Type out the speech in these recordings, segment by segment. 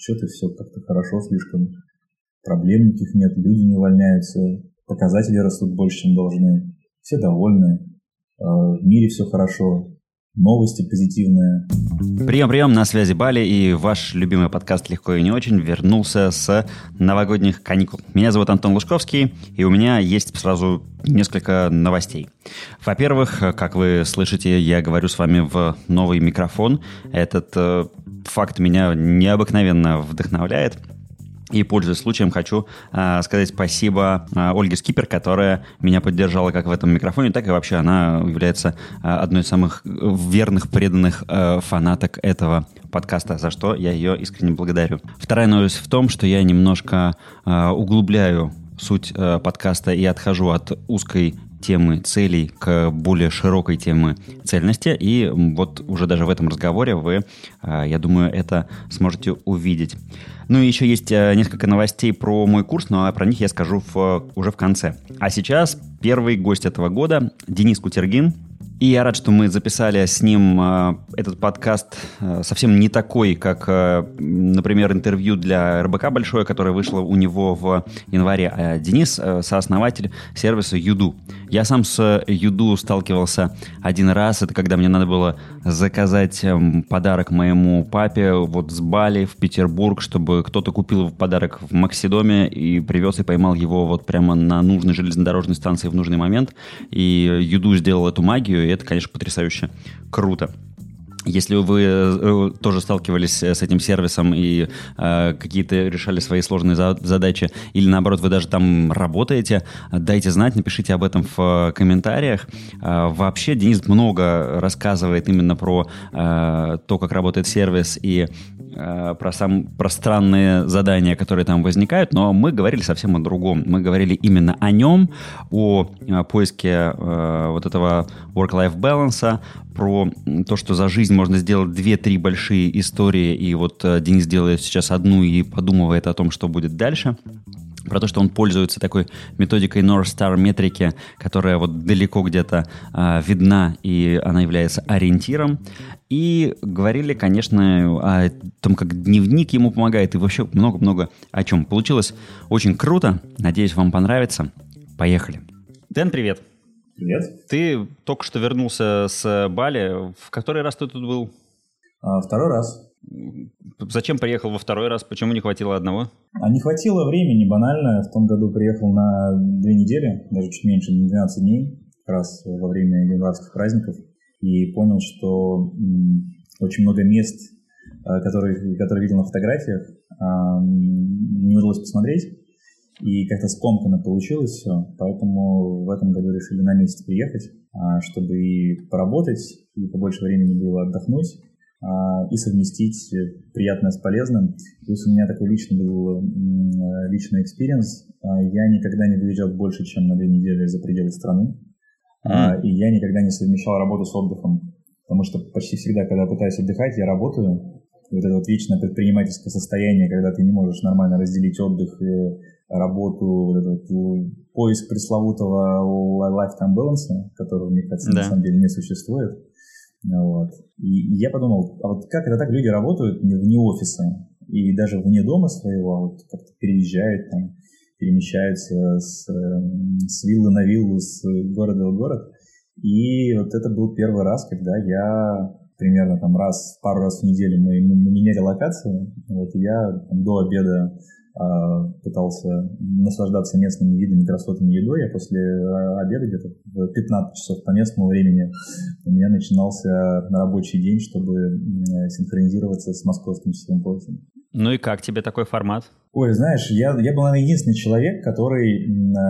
что-то все как-то хорошо слишком, проблем никаких нет, люди не увольняются, показатели растут больше, чем должны, все довольны, в мире все хорошо. Новости позитивные. Прием, на связи Бали, и ваш любимый подкаст «Легко и не очень» вернулся с новогодних каникул. Меня зовут Антон Лужковский, и у меня есть сразу несколько новостей. Во-первых, как вы слышите, я говорю с вами в новый микрофон. Этот факт меня необыкновенно вдохновляет. И, пользуясь случаем, хочу сказать спасибо Ольге Скипер, которая меня поддержала как в этом микрофоне, так и вообще она является одной из самых верных, преданных фанаток этого подкаста, за что я ее искренне благодарю. Вторая новость в том, что я немножко углубляю суть подкаста и отхожу от узкой темы целей к более широкой теме цельности. И вот уже даже в этом разговоре вы, я думаю, это сможете увидеть. Ну и еще есть несколько новостей про мой курс, но про них я скажу уже в конце. А сейчас первый гость этого года – Денис Кутергин. И я рад, что мы записали с ним этот подкаст совсем не такой, как, например, интервью для РБК большое, которое вышло у него в январе. А Денис – сооснователь сервиса Юду. Я сам с Юду сталкивался один раз. Это когда мне надо было заказать подарок моему папе вот с Бали в Петербург, чтобы кто-то купил подарок в Максидоме и привез и поймал его вот прямо на нужной железнодорожной станции в нужный момент. И Юду сделал эту магию, и это, конечно, потрясающе круто. Если вы тоже сталкивались с этим сервисом и какие-то решали свои сложные задачи, или наоборот, вы даже там работаете, дайте знать, напишите об этом в комментариях. Вообще, Денис много рассказывает именно про то, как работает сервис и про странные задания, которые там возникают, но мы говорили совсем о другом. Мы говорили именно о нем, о поиске вот этого work-life balance, про то, что за жизнь можно сделать 2-3 большие истории, и вот Денис делает сейчас одну и подумывает о том, что будет дальше. Про то, что он пользуется такой методикой North Star метрики, которая вот далеко где-то видна, и она является ориентиром. И говорили, конечно, о том, как дневник ему помогает, и вообще много-много о чем. Получилось очень круто. Надеюсь, вам понравится. Поехали. Дэн, привет. Привет. Ты только что вернулся с Бали. В который раз ты тут был? Второй раз. Зачем приехал во второй раз? Почему не хватило одного? Не хватило времени, банально. В том году приехал на 2 недели, даже чуть меньше, на 12 дней, как раз во время январских праздников. И понял, что очень много мест, которые видел на фотографиях, не удалось посмотреть. И как-то скомканно получилось все. Поэтому в этом году решили на месяц приехать, чтобы и поработать, и побольше времени было отдохнуть, и совместить приятное с полезным. Плюс у меня такой личный экспириенс. Я никогда не выезжал больше, чем на 2 недели за пределы страны. И я никогда не совмещал работу с отдыхом. Потому что почти всегда, когда пытаюсь отдыхать, я работаю. И вот это вот вечное предпринимательское состояние, когда ты не можешь нормально разделить отдых и работу, вот этот вот поиск пресловутого lifetime balance, которого, мне кажется, на самом деле не существует. Вот. И я подумал, а вот как это так люди работают вне офиса и даже вне дома своего, вот как-то переезжают, там, перемещаются с виллы на виллу, с города в город. И вот это был первый раз, когда я примерно там пару раз в неделю мы меняли локацию. Вот, и я там, до обеда пытался наслаждаться местными видами, красотами, едой, а после обеда где-то в 15 часов по местному времени у меня начинался рабочий день, чтобы синхронизироваться с московским часовым поясом. Ну и как тебе такой формат? Ой, знаешь, я был, наверное, единственный человек, который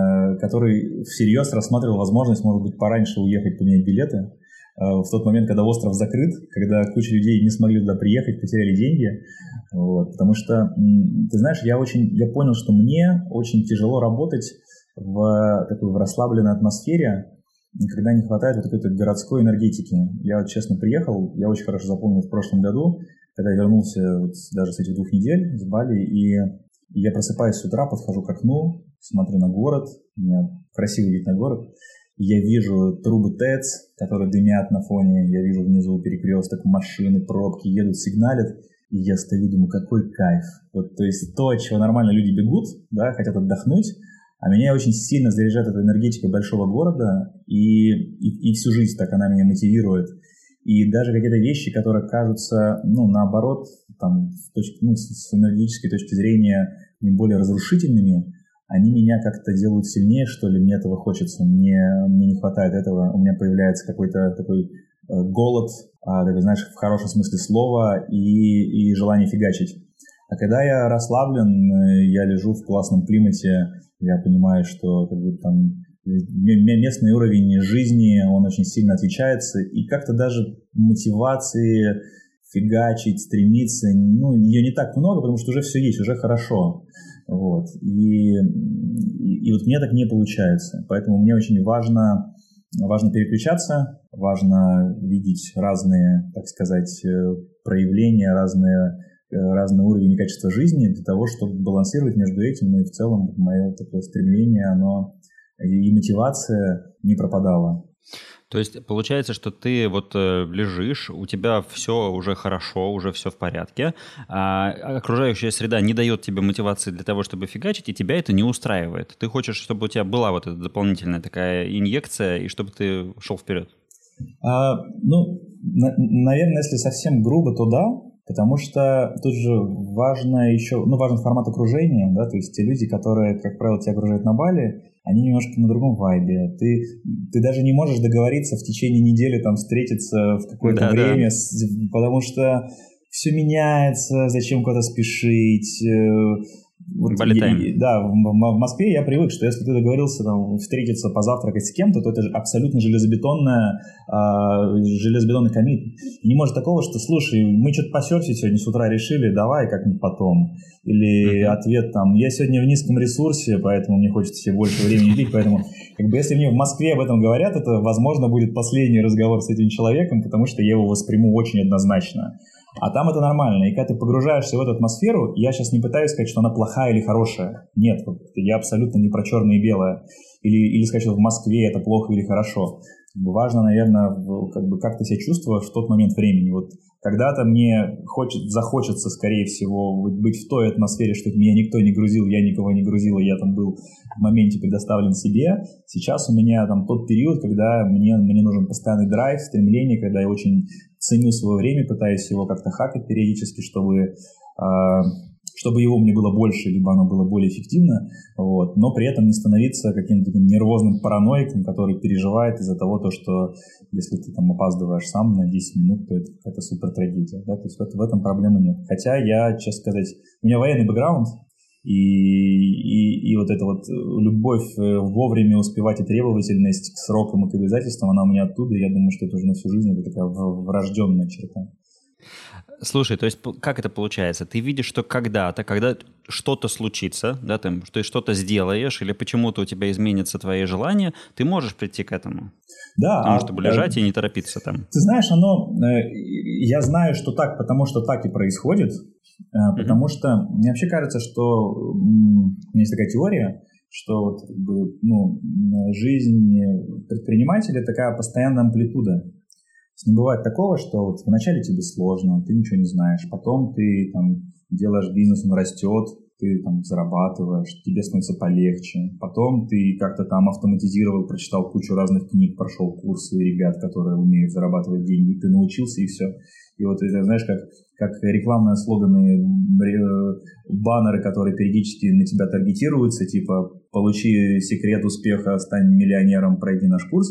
всерьез рассматривал возможность, может быть, пораньше уехать, поменять билеты. В тот момент, когда остров закрыт, когда куча людей не смогли туда приехать, потеряли деньги. Вот, потому что, ты знаешь, я понял, что мне очень тяжело работать в расслабленной атмосфере, когда не хватает вот какой-то городской энергетики. Я вот честно приехал, я очень хорошо запомнил в прошлом году, когда я вернулся вот даже с этих 2 недель с Бали, и я просыпаюсь с утра, подхожу к окну, смотрю на город, у меня красивый вид на город, я вижу трубы ТЭЦ, которые дымят на фоне, я вижу внизу перекресток, машины, пробки едут, сигналят, И я стою и думаю, какой кайф. Вот, то есть то, от чего нормально люди бегут, да, хотят отдохнуть, а меня очень сильно заряжает эта энергетика большого города, и всю жизнь так она меня мотивирует. И даже какие-то вещи, которые кажутся, наоборот, там, с энергетической точки зрения более разрушительными, они меня как-то делают сильнее, что ли, мне этого хочется, мне не хватает этого, у меня появляется какой-то такой голод, такой, знаешь, в хорошем смысле слова, и желание фигачить. А когда я расслаблен, я лежу в классном климате, я понимаю, что как бы там местный уровень жизни, он очень сильно отличается, и как-то даже мотивации фигачить, стремиться, ее не так много, потому что уже все есть, уже хорошо. Вот. И вот мне так не получается. Поэтому мне очень важно переключаться, важно видеть разные, так сказать, проявления, разные уровни и качества жизни для того, чтобы балансировать между этим. И в целом мое такое стремление, оно и мотивация не пропадала. То есть получается, что ты вот лежишь, у тебя все уже хорошо, уже все в порядке, а окружающая среда не дает тебе мотивации для того, чтобы фигачить, и тебя это не устраивает. Ты хочешь, чтобы у тебя была вот эта дополнительная такая инъекция, и чтобы ты шел вперед? Наверное, если совсем грубо, то да. Потому что тут же важен формат окружения, да, то есть те люди, которые, как правило, тебя окружают на Бали, они немножко на другом вайбе. Ты даже не можешь договориться в течение недели там встретиться в какое-то время, потому что все меняется, зачем куда-то спешить. Бали-тайм. Да, в Москве я привык, что если ты договорился там, встретиться, позавтракать с кем-то, то это же абсолютно железобетонный коммит. Не может такого, что, слушай, мы что-то посерфить сегодня с утра решили, давай как-нибудь потом. Или ответ там, я сегодня в низком ресурсе, поэтому мне хочется себе больше времени уделить, поэтому если мне в Москве об этом говорят, это, возможно, будет последний разговор с этим человеком, потому что я его восприму очень однозначно. А там это нормально. И когда ты погружаешься в эту атмосферу, я сейчас не пытаюсь сказать, что она плохая или хорошая. Нет, я абсолютно не про черное и белое. Или сказать, что в Москве это плохо или хорошо. Важно, наверное, как ты себя чувствуешь в тот момент времени. Вот когда-то мне захочется, скорее всего, быть в той атмосфере, что меня никто не грузил, я никого не грузил, и я там был в моменте предоставлен себе. Сейчас у меня там тот период, когда мне нужен постоянный драйв, стремление, когда я очень ценю свое время, пытаюсь его как-то хакать периодически, чтобы его мне было больше, либо оно было более эффективно, вот, но при этом не становиться каким-то таким нервозным параноиком, который переживает из-за того, что если ты там опаздываешь сам на 10 минут, то это какая-то супер трагедия, да, то есть в этом проблемы нет. Хотя я, честно сказать, у меня военный бэкграунд, и вот эта вот любовь вовремя успевать и требовательность к срокам и к обязательствам, она у меня оттуда, и я думаю, что это уже на всю жизнь, это такая врожденная черта. Слушай, то есть как это получается? Ты видишь, что когда что-то случится, да, ты что-то сделаешь, или почему-то у тебя изменится твои желания, ты можешь прийти к этому. Да. Потому чтобы лежать и не торопиться там. Ты знаешь, я знаю, что так, потому что так и происходит, потому что мне вообще кажется, что у меня есть такая теория, что жизнь предпринимателя такая постоянная амплитуда. Не бывает такого, что вот вначале тебе сложно, ты ничего не знаешь, потом ты там делаешь бизнес, он растет, ты там зарабатываешь, тебе становится полегче, потом ты как-то там автоматизировал, прочитал кучу разных книг, прошел курсы ребят, которые умеют зарабатывать деньги, ты научился и все. И вот это, знаешь, как рекламные слоганы, баннеры, которые периодически на тебя таргетируются, типа «Получи секрет успеха, стань миллионером, пройди наш курс»,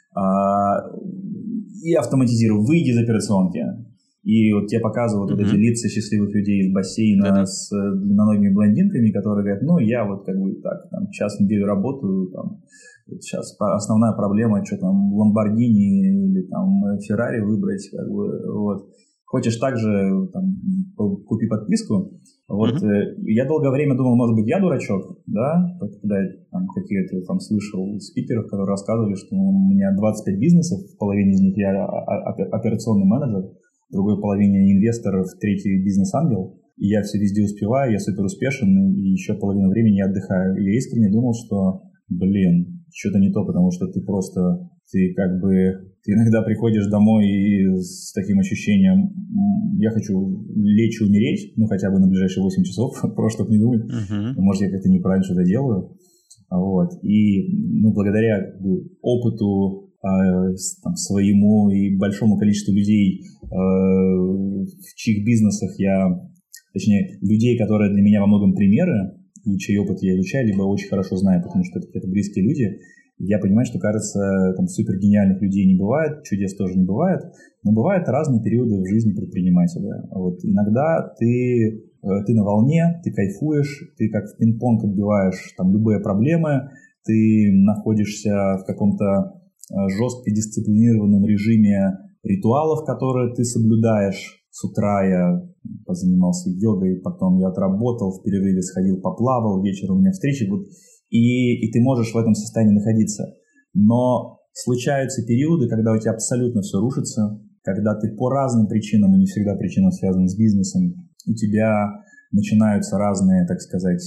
и автоматизируй, выйди из операционки. И вот тебе показывают вот эти лица счастливых людей из бассейна с длинноногими блондинками, которые говорят, я вот там час в неделю работаю, там, сейчас основная проблема, что там, Ламборгини или там Феррари выбрать, вот. Хочешь также, там, купи подписку. Вот, я долгое время думал, может быть, я дурачок, да, когда я там какие-то там слышал спикеров, которые рассказывали, что у меня 25 бизнесов, в половине из них я операционный менеджер, в другой половине инвестор, в третий бизнес-ангел, и я все везде успеваю, я супер успешен, и еще половину времени я отдыхаю. И я искренне думал, что, что-то не то, потому что ты просто ты иногда приходишь домой и с таким ощущением, я хочу лечь и умереть, хотя бы на ближайшие 8 часов, просто чтобы не думать, может, я как-то неправильно что-то делаю. Вот. И благодаря опыту своему и большому количеству людей, в чьих бизнесах точнее, людей, которые для меня во многом примеры, и чей опыт я изучаю, либо очень хорошо знаю, потому что это какие-то близкие люди, я понимаю, что, кажется, супер гениальных людей не бывает, чудес тоже не бывает, но бывают разные периоды в жизни предпринимателя. Вот иногда ты на волне, ты кайфуешь, ты как в пинг-понг отбиваешь любые проблемы, ты находишься в каком-то жестко дисциплинированном режиме ритуалов, которые ты соблюдаешь. С утра я позанимался йогой, потом я отработал, в перерыве сходил, поплавал, вечером у меня встречи. И ты можешь в этом состоянии находиться. Но случаются периоды, когда у тебя абсолютно все рушится, когда ты по разным причинам, и не всегда причинам, связанным с бизнесом, у тебя начинаются разные, так сказать,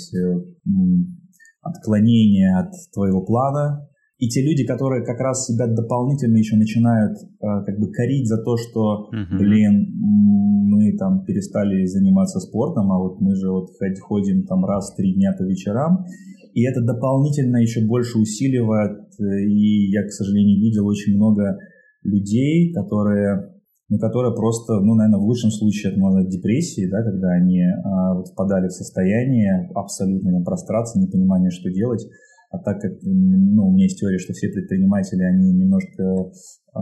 отклонения от твоего плана. И те люди, которые как раз себя дополнительно еще начинают корить за то, что, мы перестали заниматься спортом, а вот мы же ходим раз в 3 дня по вечерам. И это дополнительно еще больше усиливает. И я, к сожалению, видел очень много людей, которые просто, наверное, в лучшем случае это можно назвать депрессией, да, когда они впадали в состояние абсолютной прострации, непонимания, что делать. А так как, у меня есть теория, что все предприниматели, они немножко,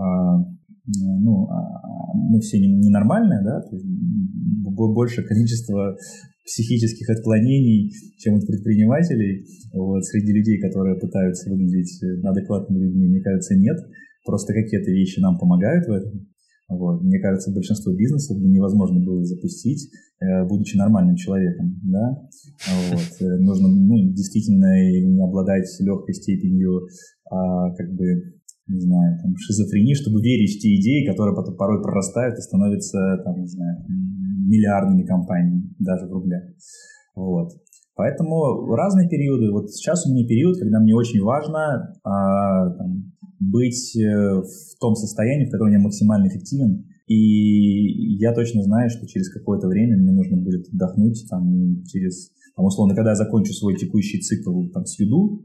мы все ненормальные, да, то есть большее количество психических отклонений, чем у предпринимателей. Среди людей, которые пытаются выглядеть адекватными людьми, мне кажется, нет. Просто какие-то вещи нам помогают в этом. Мне кажется, большинство бизнесов невозможно было запустить, будучи нормальным человеком, да. Нужно, действительно обладать легкой степенью, шизофрении, чтобы верить в те идеи, которые потом порой прорастают и становятся, миллиардными компаниями, даже в рублях. Поэтому разные периоды. Сейчас у меня период, когда мне очень важно быть в том состоянии, в котором я максимально эффективен. И я точно знаю, что через какое-то время мне нужно будет отдохнуть, условно, когда я закончу свой текущий цикл с юду,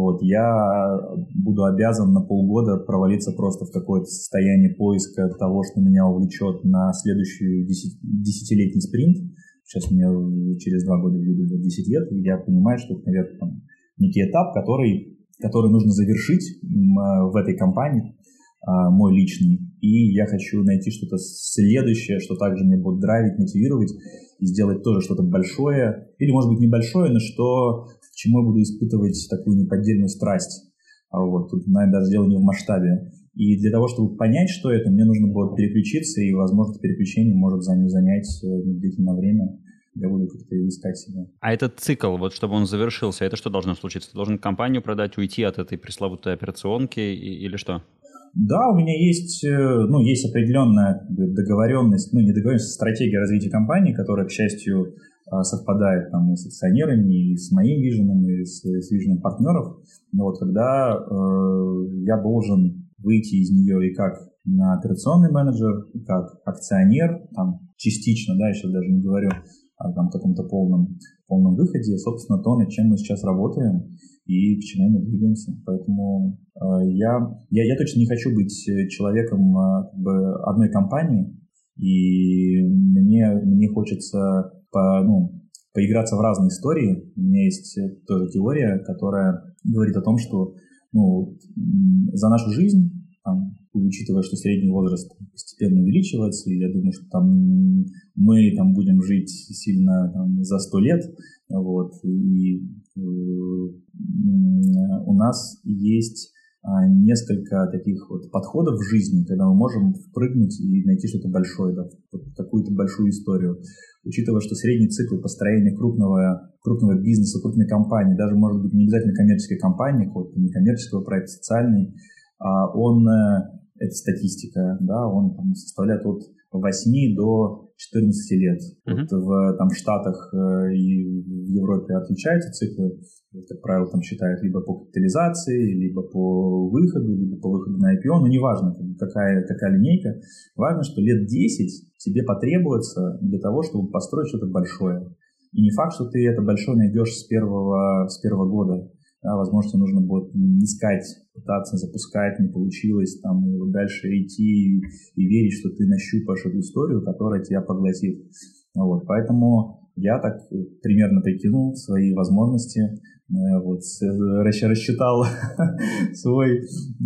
я буду обязан на полгода провалиться просто в какое-то состояние поиска того, что меня увлечет на следующий 10-летний спринт. Сейчас у меня через 2 года будет 10 лет, и я понимаю, что это, наверное, некий этап, который нужно завершить в этой компании, мой личный. И я хочу найти что-то следующее, что также меня будет драйвить, мотивировать, и сделать тоже что-то большое, или, может быть, небольшое, но к чему я буду испытывать такую неподдельную страсть. Тут, наверное, даже дело не в масштабе. И для того, чтобы понять, что это, мне нужно было переключиться, и, возможно, переключение может занять длительное время. Я буду как-то искать себя. А этот цикл, чтобы он завершился, это что должно случиться? Ты должен компанию продать, уйти от этой пресловутой операционки или что? Да, у меня есть определенная договоренность, не договоренность, а стратегия развития компании, которая, к счастью, совпадает и с акционерами, и с моим виженом, и с виженом партнеров. Но когда я должен выйти из нее и как операционный менеджер, и как акционер, частично, да, я сейчас даже не говорю о каком-то полном выходе, собственно, то, над чем мы сейчас работаем и к чему мы двигаемся. Поэтому я точно не хочу быть человеком одной компании, и мне хочется поиграться в разные истории. У меня есть тоже теория, которая говорит о том, что за нашу жизнь, учитывая, что средний возраст постепенно увеличивается, и я думаю, что мы будем жить сильно за 100 лет, и у нас есть несколько таких подходов в жизни, когда мы можем впрыгнуть и найти что-то большое, какую-то большую историю. Учитывая, что средний цикл построения крупного бизнеса, крупной компании, даже, может быть, не обязательно коммерческой компании, какого-то некоммерческого проекта, социальный, это статистика, да, он составляет от 8 до 14 лет. Вот в Штатах и в Европе отличаются циклы. Как правило, там считают либо по капитализации, либо по выходу на IPO. Но неважно, какая линейка. Важно, что лет 10 тебе потребуется для того, чтобы построить что-то большое. И не факт, что ты это большое найдешь с первого года. Да, возможно, тебе нужно будет искать, пытаться запускать, не получилось, там, и вот дальше идти и верить, что ты нащупаешь эту историю, которая тебя поглотит. Вот, поэтому я так примерно прикинул свои возможности, вот, рассчитал свой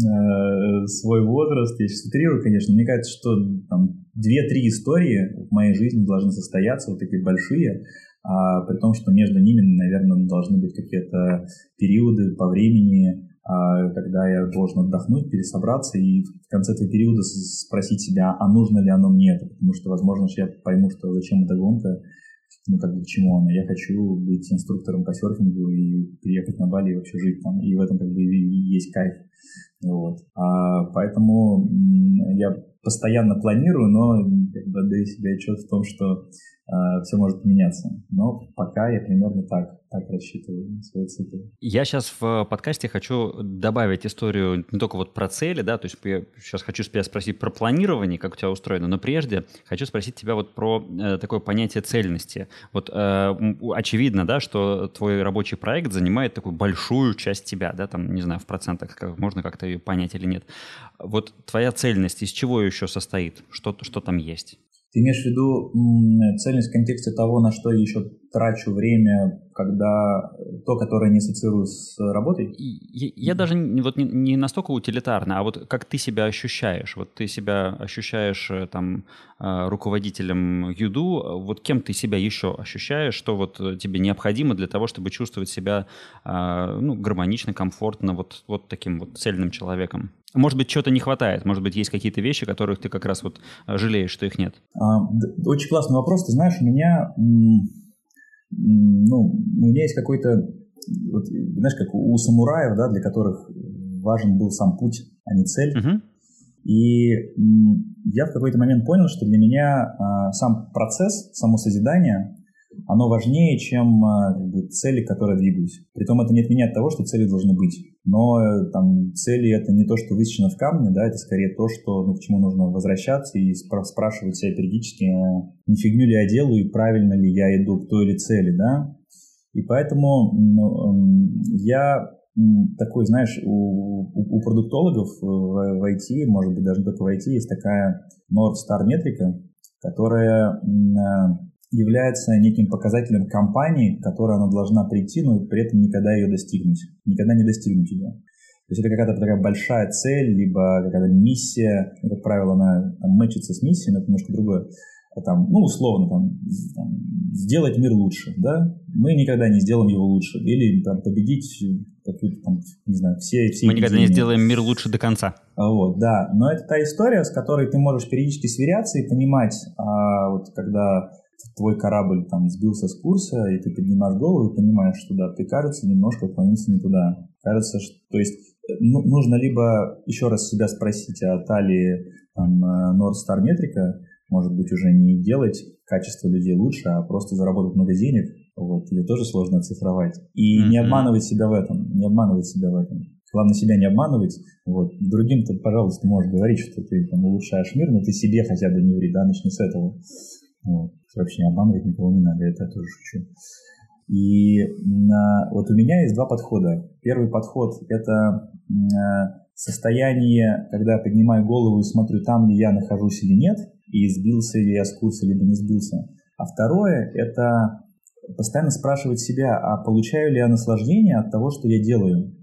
возраст. Я сейчас утрирую, конечно. Мне кажется, что там 2-3 истории в моей жизни должны состояться, вот такие большие, при том, что между ними, наверное, должны быть какие-то периоды по времени, когда я должен отдохнуть, пересобраться и в конце этого периода спросить себя, а нужно ли оно мне это, потому что, возможно, я пойму, что зачем эта гонка, к чему она. Я хочу быть инструктором по серфингу и приехать на Бали и вообще жить там, и в этом и есть кайф. Вот. Поэтому я постоянно планирую, но даю себе отчет в том, что все может поменяться. Но пока я примерно так рассчитываю свои циклы. Я сейчас в подкасте хочу добавить историю не только вот про цели, да, то есть я сейчас хочу тебя спросить про планирование, как у тебя устроено, но прежде хочу спросить тебя вот про такое понятие цельности. Вот очевидно, да, что твой рабочий проект занимает такую большую часть тебя, да, там, не знаю, в процентах, можно как-то ее понять или нет. Вот твоя цельность из чего еще состоит? Что там есть? Ты имеешь в виду цельность в контексте того, на что я еще трачу время, когда то, которое не ассоциирую с работой? Я даже не настолько утилитарно, а вот как ты себя ощущаешь. Вот ты себя ощущаешь там руководителем ЮДУ, вот кем ты себя еще ощущаешь, что вот тебе необходимо для того, чтобы чувствовать себя гармонично, комфортно, вот таким вот цельным человеком? Может быть, чего-то не хватает, может быть, есть какие-то вещи, которых ты как раз вот жалеешь, что их нет? Очень классный вопрос. Ты знаешь, у меня есть какой-то, вот, знаешь, как у самураев, да, для которых важен был сам путь, а не цель. И я в какой-то момент понял, что для меня сам процесс, само созидание, оно важнее, чем цели, к которой двигаюсь. Притом это не отменяет того, что цели должны быть. Но там цели — это не то, что высечено в камне, да, это скорее то, что, к чему нужно возвращаться и спрашивать себя периодически, не фигню ли я делаю и правильно ли я иду к той или цели, да. И поэтому я такой, знаешь, у продуктологов в IT, может быть, даже не только в IT, есть такая North Star метрика, которая является неким показателем компании, к которой она должна прийти, но при этом никогда ее достигнуть. Никогда не достигнуть ее. То есть это какая-то такая большая цель, либо какая-то миссия. И, как правило, она мэчится с миссией, но это немножко другое. Условно, сделать мир лучше, да? Мы никогда не сделаем его лучше. Или победить какую-то не знаю, все Мы никогда не сделаем мир лучше до конца. Вот, да. Но это та история, с которой ты можешь периодически сверяться и понимать, когда твой корабль сбился с курса, и ты поднимаешь голову и понимаешь, что да, ты, кажется, немножко отклонился не туда. Кажется, что, то есть, нужно либо еще раз себя спросить, а та ли North Star метрика, может быть, уже не делать качество людей лучше, а просто заработать много денег, ее тоже сложно оцифровать. И не обманывать себя в этом, Главное, себя не обманывать. Другим ты, пожалуйста, можешь говорить, что ты улучшаешь мир, но ты себе хотя бы не ври, да, начни с этого. Вообще не обманывать никого не надо, это я тоже шучу. И у меня есть два подхода. Первый подход – это состояние, когда я поднимаю голову и смотрю, там ли я нахожусь или нет, и сбился ли я с курса, либо не сбился. А второе – это постоянно спрашивать себя, а получаю ли я наслаждение от того, что я делаю.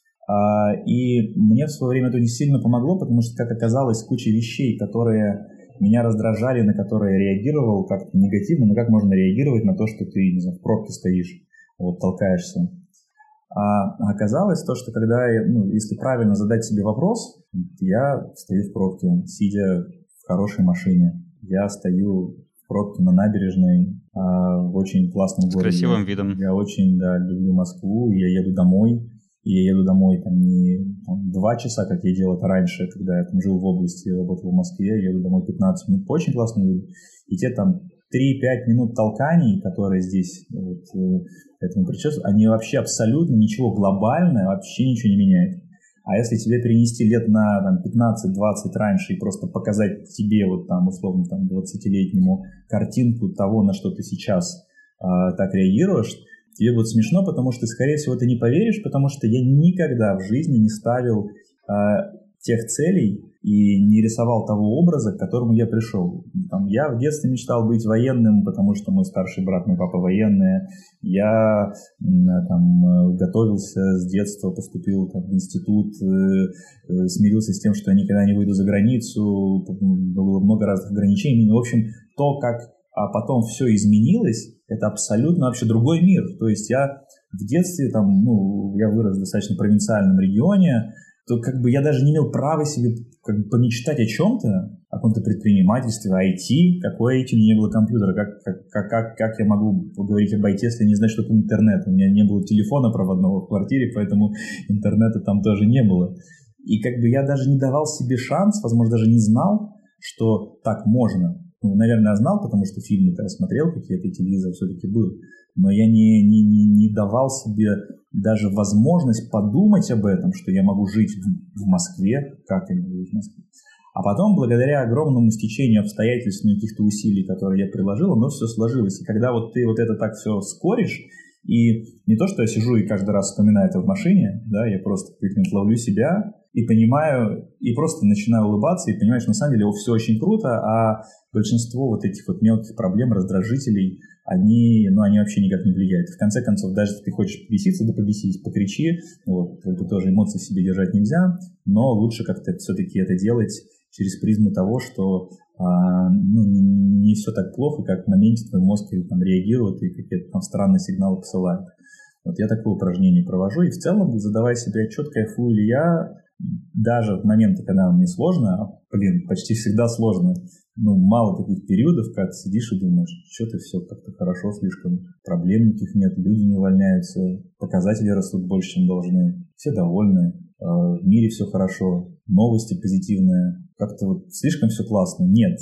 И мне в свое время это очень сильно помогло, потому что, как оказалось, куча вещей, которые меня раздражали, на которые я реагировал как-то негативно, но как можно реагировать на то, что ты, не знаю, в пробке стоишь, толкаешься. А оказалось то, что когда, если правильно задать себе вопрос, я стою в пробке, сидя в хорошей машине, я стою в пробке на набережной в очень классном городе. С красивым видом. Я очень, люблю Москву, я еду домой, и я еду домой там не 2 часа, как я делал это раньше, когда я там жил в области, работал в Москве, я еду домой 15 минут по очень классному виду, и те там 3-5 минут толканий, которые здесь вот, этому предшествуют, они вообще абсолютно ничего глобальное, вообще ничего не меняют. А если тебе перенести лет на там, 15-20 раньше и просто показать тебе, вот там, условно, там, 20-летнему картинку того, на что ты сейчас так реагируешь, тебе будет смешно, потому что, скорее всего, ты не поверишь, потому что я никогда в жизни не ставил тех целей и не рисовал того образа, к которому я пришел. Там, я в детстве мечтал быть военным, потому что мой старший брат, мой папа военный. Я там, готовился с детства, поступил там, в институт, смирился с тем, что я никогда не выйду за границу. Было много разных ограничений. Но, в общем, то, как потом все изменилось, это абсолютно вообще другой мир. То есть я в детстве, там, я вырос в достаточно провинциальном регионе, то как бы я даже не имел права себе как бы помечтать о чем-то, о каком-то предпринимательстве, о IT. Какое IT? У меня не было компьютера. Как я могу говорить об IT, если не знать, что такое интернет? У меня не было телефона проводного в квартире, поэтому интернета там тоже не было. И как бы я даже не давал себе шанс, возможно, даже не знал, что так можно. Наверное, я знал, потому что фильмы-то я смотрел, какие-то, и телевизор все-таки был. Но я не давал себе даже возможность подумать об этом, что я могу жить в Москве, как я могу жить в Москве. А потом, благодаря огромному стечению обстоятельств и каких-то усилий, которые я приложил, оно все сложилось. И когда вот ты вот это так все скоришь, и не то, что я сижу и каждый раз вспоминаю это в машине, да, я просто ловлю себя и понимаю, и просто начинаю улыбаться, и понимаю, что на самом деле все очень круто, а большинство вот этих вот мелких проблем, раздражителей, они вообще никак не влияют. В конце концов, даже если ты хочешь побеситься, да побесись, покричи, вот, как бы тоже эмоции в себе держать нельзя, но лучше как-то все-таки это делать через призму того, что не все так плохо, как в моменте твой мозг там реагирует и какие-то там странные сигналы посылает. Вот я такое упражнение провожу, и в целом, задавая себе отчет, кайфую ли я, даже в моменты, когда мне сложно, почти всегда сложно, мало таких периодов, как сидишь и думаешь, что-то все как-то хорошо слишком, проблем никаких нет, люди не увольняются, показатели растут больше, чем должны, все довольны, в мире все хорошо, новости позитивные, как-то вот слишком все классно. Нет,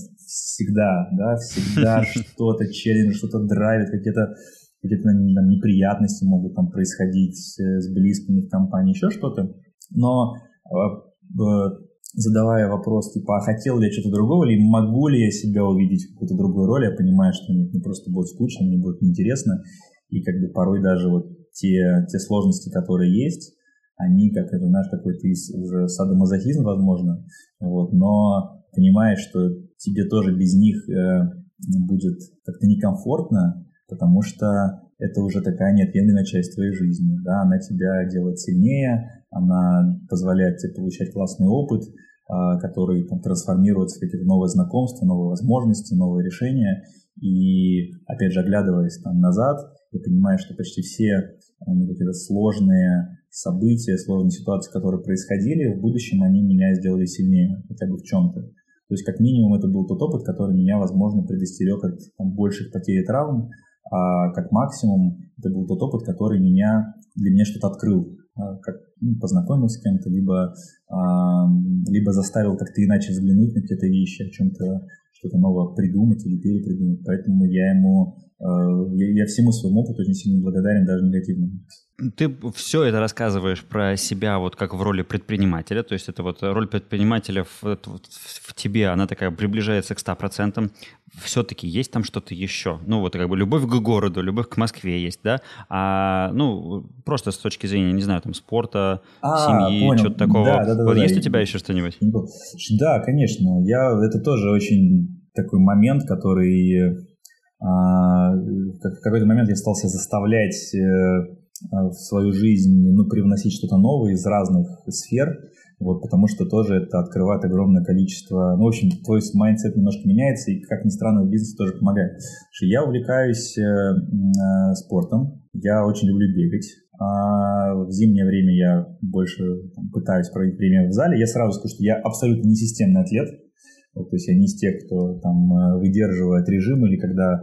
всегда что-то челлендж, что-то драйвит, какие-то там, неприятности могут там происходить с близкими в компании, еще что-то. Но задавая вопрос, типа, а хотел ли я что-то другого, или могу ли я себя увидеть в какой-то другой роли, я понимаю, что мне просто будет скучно, мне будет неинтересно, и как бы порой даже вот те сложности, которые есть, они, как это, какой-то уже садомазохизм, возможно, вот, но понимаешь, что тебе тоже без них будет как-то некомфортно, потому что это уже такая неотъемлемая часть твоей жизни, да, она тебя делает сильнее, она позволяет тебе получать классный опыт, который там трансформируется в какие-то новые знакомства, новые возможности, новые решения, и, опять же, оглядываясь там назад, я понимаю, что почти все какие-то сложные события, сложные ситуации, которые происходили, в будущем они меня сделали сильнее, хотя бы в чем-то. То есть, как минимум, это был тот опыт, который меня, возможно, предостерег от больших потерь и травм, а как максимум, это был тот опыт, который для меня что-то открыл, как познакомился с кем-то, либо заставил как-то иначе взглянуть на какие-то вещи, о чем-то что-то новое придумать или перепридумать. Поэтому я всему своему опыту очень сильно благодарен, даже негативному. Ты все это рассказываешь про себя вот как в роли предпринимателя, то есть это вот роль предпринимателя в тебе, она такая приближается к 100%. Все-таки есть там что-то еще? Вот как бы любовь к городу, любовь к Москве есть, да? Просто с точки зрения, не знаю, там спорта, семьи, понял. что-то такого. Да. Есть у тебя еще что-нибудь? Да, конечно. Это тоже очень такой момент, который в какой-то момент я стал себя заставлять в свою жизнь привносить что-то новое из разных сфер, вот, потому что тоже это открывает огромное количество... в общем, твой майндсет немножко меняется, и, как ни странно, бизнес тоже помогает. Я увлекаюсь спортом, я очень люблю бегать. В зимнее время я больше пытаюсь проводить время в зале. Я сразу скажу, что я абсолютно не системный атлет. Вот, то есть я не из тех, кто там выдерживает режим, или когда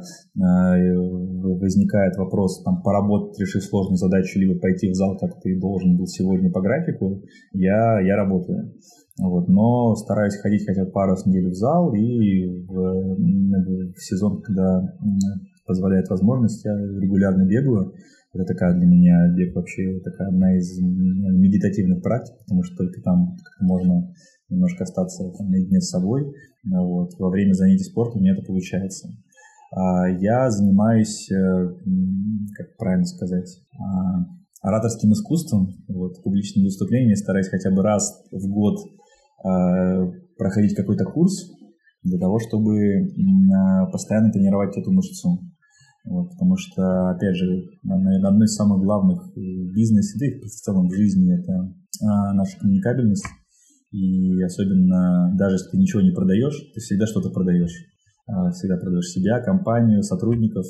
возникает вопрос там поработать, решив сложную задачу, либо пойти в зал, как ты должен был сегодня по графику, я работаю. Вот, но стараюсь ходить хотя бы пару раз в неделю в зал, и в сезон, когда позволяет возможность, я регулярно бегаю. Это такая для меня бег вообще такая одна из медитативных практик, потому что только там можно немножко остаться там наедине с собой. Вот. Во время занятий спортом у меня это получается. Я занимаюсь, как правильно сказать, ораторским искусством, вот, публичными выступлениями. Стараюсь хотя бы раз в год проходить какой-то курс для того, чтобы постоянно тренировать эту мышцу. Вот, потому что, опять же, наверное, одно из самых главных в бизнесе, да и в целом в жизни, это наша коммуникабельность. И особенно, даже если ты ничего не продаешь, ты всегда что-то продаешь. Всегда продаешь себя, компанию, сотрудников,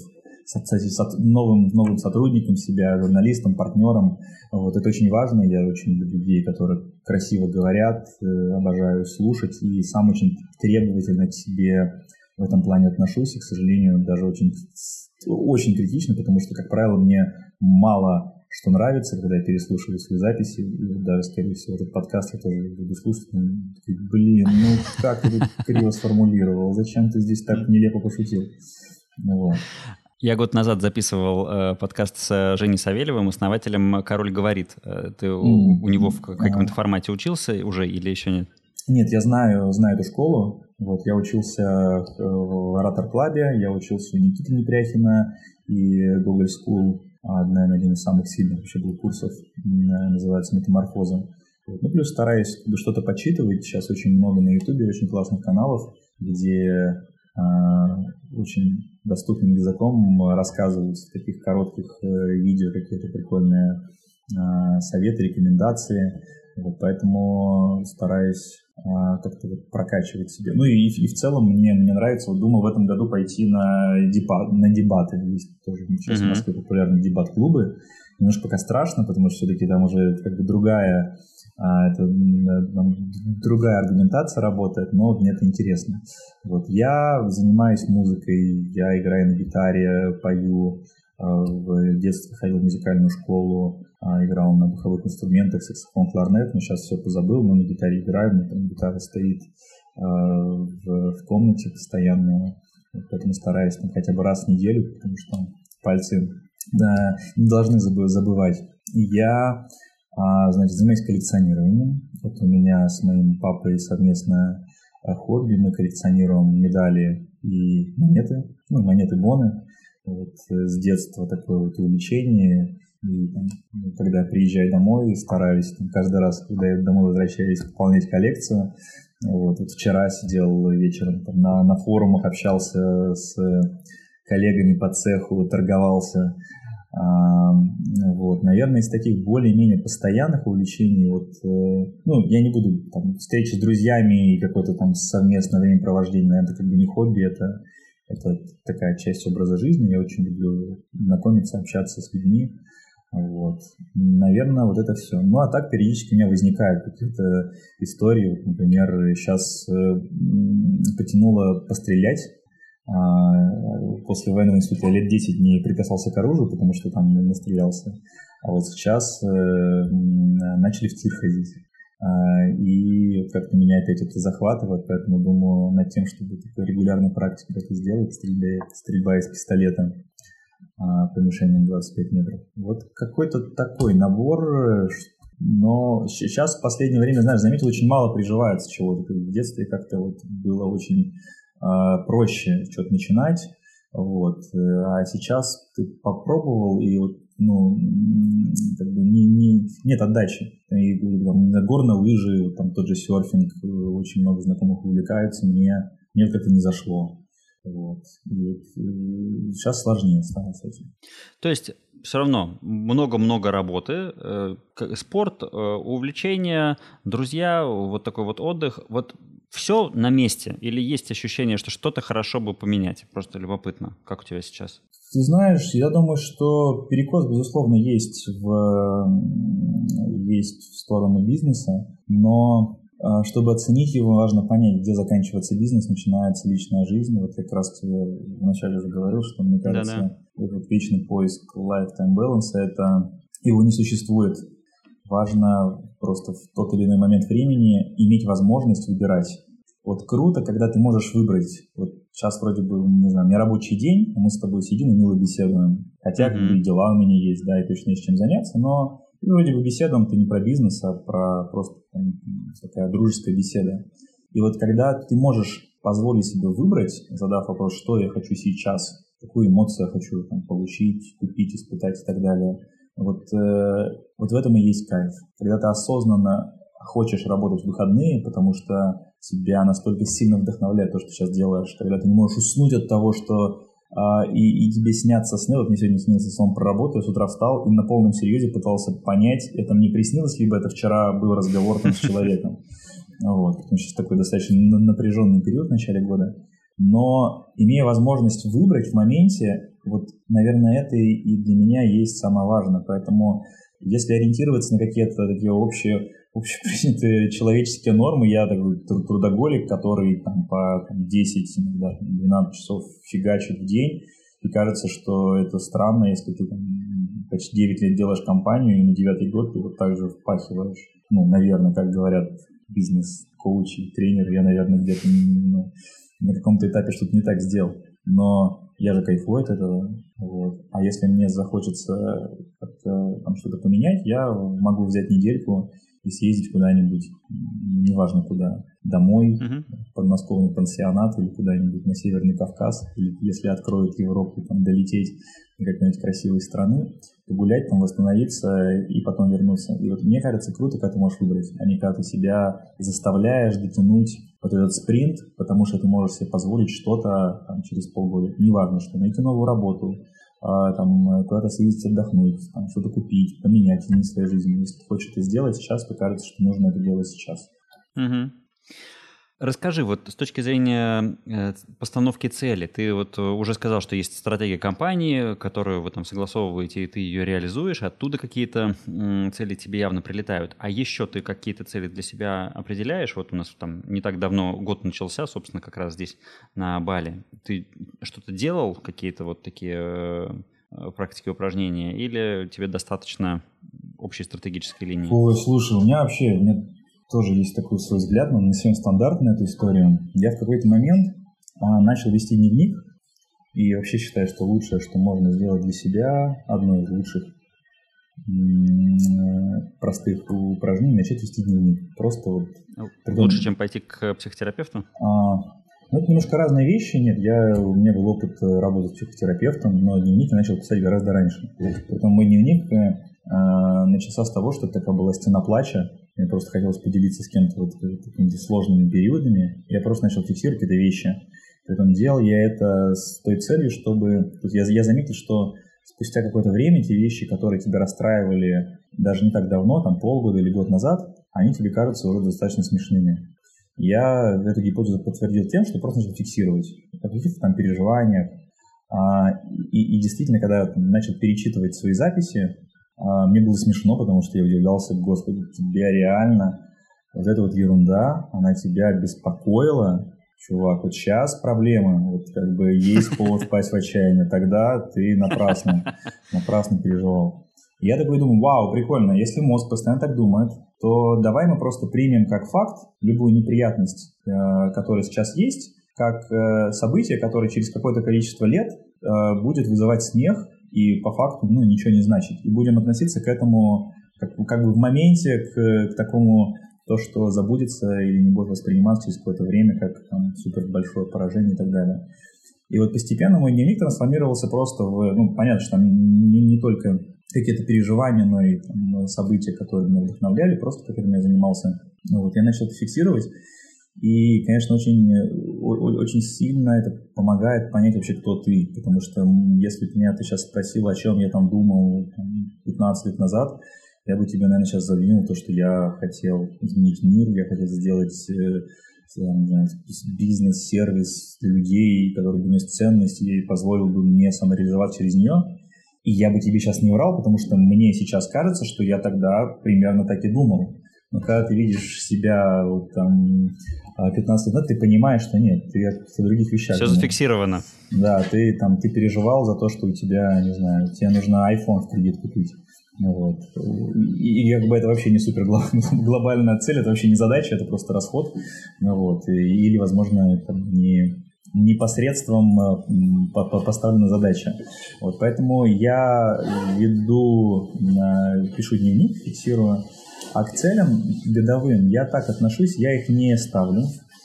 новым сотрудникам себя, журналистам, партнерам. Вот, это очень важно. Я очень люблю людей, которые красиво говорят, обожаю слушать и сам очень требовательно к себе в этом плане отношусь. И, к сожалению, даже очень критично, потому что, как правило, мне мало что нравится, когда я переслушиваю свои записи, и даже, скорее всего, этот подкаст я тоже буду слушать. Блин, как ты тут криво сформулировал? Зачем ты здесь так нелепо пошутил? Вот. Я год назад записывал подкаст с Женей Савельевым, основателем «Король говорит». Ты у него в каком-то формате учился уже или еще нет? Нет, я знаю эту школу. Вот, я учился в Оратор-клабе, я учился у Никиты Непряхина и Google School. Наверное, один из самых сильных вообще был курсов, называется «Метаморфоза». Вот. Ну, плюс стараюсь что-то почитывать. Сейчас очень много на Ютубе, очень классных каналов, где очень доступным языком рассказывают в таких коротких видео какие-то прикольные советы, рекомендации. Вот, поэтому стараюсь как-то прокачивать себе. Ну и в целом мне нравится, вот думал в этом году пойти на дебаты. Есть тоже сейчас в Москве популярные дебат-клубы. Немножко пока страшно, потому что все-таки там уже как бы другая аргументация работает, но мне это интересно. Вот, я занимаюсь музыкой, я играю на гитаре, пою. В детстве ходил в музыкальную школу, играл на духовых инструментах, саксофон, кларнет, но сейчас все позабыл, но на гитаре играю, у меня там гитара стоит в комнате постоянно, поэтому стараюсь там хотя бы раз в неделю, потому что пальцы не должны забывать. Я, значит, занимаюсь коллекционированием. Вот у меня с моим папой совместное хобби, мы коллекционируем медали и монеты-боны. Вот, с детства такое вот увлечение. И там, когда я приезжаю домой, стараюсь каждый раз, когда я домой возвращаюсь, пополнять коллекцию. Вот вчера сидел вечером на форумах, общался с коллегами по цеху, торговался. Вот, наверное, из таких более-менее постоянных увлечений, я не буду там встречи с друзьями и какое-то там совместное времяпровождение, наверное, это как бы не хобби, это такая часть образа жизни. Я очень люблю знакомиться, общаться с людьми. Вот. Наверное, вот это все. Ну, а так периодически у меня возникают какие-то истории. Вот, например, сейчас потянуло пострелять. После военного института я лет 10 не прикасался к оружию, потому что там настрелялся. А вот сейчас начали в тир ходить. И как-то меня опять это захватывает, поэтому думаю над тем, чтобы такой регулярной практикой это сделать, стрельба из пистолета по мишени 25 метров. Вот какой-то такой набор, но сейчас в последнее время, знаешь, заметил, очень мало приживается чего-то. В детстве как-то вот было очень проще что-то начинать, вот, а сейчас ты попробовал и вот, как бы нет отдачи. И горные лыжи, там тот же серфинг, очень много знакомых увлекаются, мне как-то не зашло. Вот. И сейчас сложнее стало с этим. То есть все равно много-много работы, спорт, увлечения, друзья, вот такой вот отдых. Вот все на месте? Или есть ощущение, что что-то хорошо бы поменять? Просто любопытно. Как у тебя сейчас? Ты знаешь, я думаю, что перекос, безусловно, есть в сторону бизнеса, но чтобы оценить его, важно понять, где заканчивается бизнес, начинается личная жизнь. Вот я как раз тебе вначале уже говорил, что, мне кажется, этот вечный поиск lifetime balance, его не существует. Важно просто в тот или иной момент времени иметь возможность выбирать. Вот круто, когда ты можешь выбрать. Вот сейчас вроде бы, не знаю, у меня рабочий день, мы с тобой сидим и мило беседуем. Хотя как бы дела у меня есть, да, и точно есть чем заняться, но вроде бы беседуем ты не про бизнес, а про просто такая дружеская беседа. И вот когда ты можешь позволить себе выбрать, задав вопрос, что я хочу сейчас, какую эмоцию я хочу получить, купить, испытать и так далее, вот в этом и есть кайф. Когда ты осознанно хочешь работать в выходные, потому что тебя настолько сильно вдохновляет то, что ты сейчас делаешь, когда ты не можешь уснуть от того, что и тебе снятся сны. Вот мне сегодня снился сон про работу, я с утра встал и на полном серьезе пытался понять, это мне приснилось, либо это вчера был разговор с человеком. Вот, потому что сейчас такой достаточно напряженный период в начале года. Но имея возможность выбрать в моменте, вот, наверное, это и для меня есть самое важное. Поэтому если ориентироваться на какие-то такие общепринятые человеческие нормы, я такой трудоголик, который по 10, иногда 12 часов фигачит в день, и кажется, что это странно, если ты почти 9 лет делаешь компанию, и на 9-й год ты вот так же впахиваешь. Наверное, как говорят бизнес-коучи, тренеры, я, наверное, где-то на каком-то этапе что-то не так сделал. Но я же кайфую от этого. Вот. А если мне захочется как-то что-то поменять, я могу взять недельку и съездить куда-нибудь, неважно куда, домой, в подмосковный пансионат или куда-нибудь на Северный Кавказ, или если откроют Европу, долететь до какой-нибудь красивой страны, погулять, восстановиться и потом вернуться. И вот мне кажется, круто, когда ты можешь выбрать, а не когда ты себя заставляешь дотянуть вот этот спринт, потому что ты можешь себе позволить что-то через полгода. Неважно, что найти новую работу, куда-то съездить отдохнуть, что-то купить, поменять в своей жизни. Если ты хочешь это сделать сейчас, то кажется, что нужно это делать сейчас. Расскажи, вот с точки зрения постановки цели, ты вот уже сказал, что есть стратегия компании, которую вы согласовываете, и ты ее реализуешь, оттуда какие-то цели тебе явно прилетают. А еще ты какие-то цели для себя определяешь? Вот у нас не так давно год начался, собственно, как раз здесь на Бали. Ты что-то делал, какие-то вот такие практики, упражнения, или тебе достаточно общей стратегической линии? Ой, слушай, у меня тоже есть такой свой взгляд, но не совсем стандартный на эту историю. Я в какой-то момент начал вести дневник, и вообще считаю, что лучшее, что можно сделать для себя, одно из лучших простых упражнений, начать вести дневник. Просто Лучше, чем пойти к психотерапевту? Это немножко разные вещи. Нет, у меня был опыт работы с психотерапевтом, но дневник я начал писать гораздо раньше. Поэтому мой дневник начался с того, что это такая была стена плача. Мне просто хотелось поделиться с кем-то какими-то сложными периодами. Я просто начал фиксировать какие-то вещи. Притом делал я это с той целью, чтобы... Я заметил, что спустя какое-то время те вещи, которые тебя расстраивали даже не так давно, полгода или год назад, они тебе кажутся уже достаточно смешными. Я эту гипотезу подтвердил тем, что просто начал фиксировать о каких-то переживаниях. И действительно, когда я начал перечитывать свои записи, мне было смешно, потому что я удивлялся: Господи, тебя реально вот эта ерунда, она тебя беспокоила? Чувак, вот сейчас проблема, есть повод впасть в отчаяние, тогда ты напрасно переживал. И я такой думаю: вау, прикольно, если мозг постоянно так думает, то давай мы просто примем как факт любую неприятность, которая сейчас есть, как событие, которое через какое-то количество лет будет вызывать смех и по факту ничего не значит. И будем относиться к этому как бы в моменте к такому, то, что забудется или не будет восприниматься через какое-то время как супер большое поражение и так далее. И вот постепенно мой дневник трансформировался просто понятно, что там не только какие-то переживания, но и события, которые меня вдохновляли, просто которыми я занимался. Я начал это фиксировать. И, конечно, очень сильно это помогает понять вообще, кто ты. Потому что если бы ты сейчас спросил, о чем я думал 15 лет назад, я бы тебе, наверное, сейчас задвинул то, что я хотел изменить мир, я хотел сделать бизнес-сервис для людей, который бы нес ценность и позволил бы мне самореализоваться через нее. И я бы тебе сейчас не врал, потому что мне сейчас кажется, что я тогда примерно так и думал. но когда ты видишь себя вот там 15 лет назад, ты понимаешь, что нет, ты о других вещах. Все зафиксировано. Да, ты переживал за то, что у тебя, не знаю, тебе нужно iPhone в кредит купить. Вот. И как бы это вообще не супер глобальная цель, это вообще не задача, это просто расход. Вот. Или, возможно, это не посредством поставлена задача. Вот. Поэтому я пишу дневник, фиксирую. А к целям годовым я так отношусь, я их не ставлю.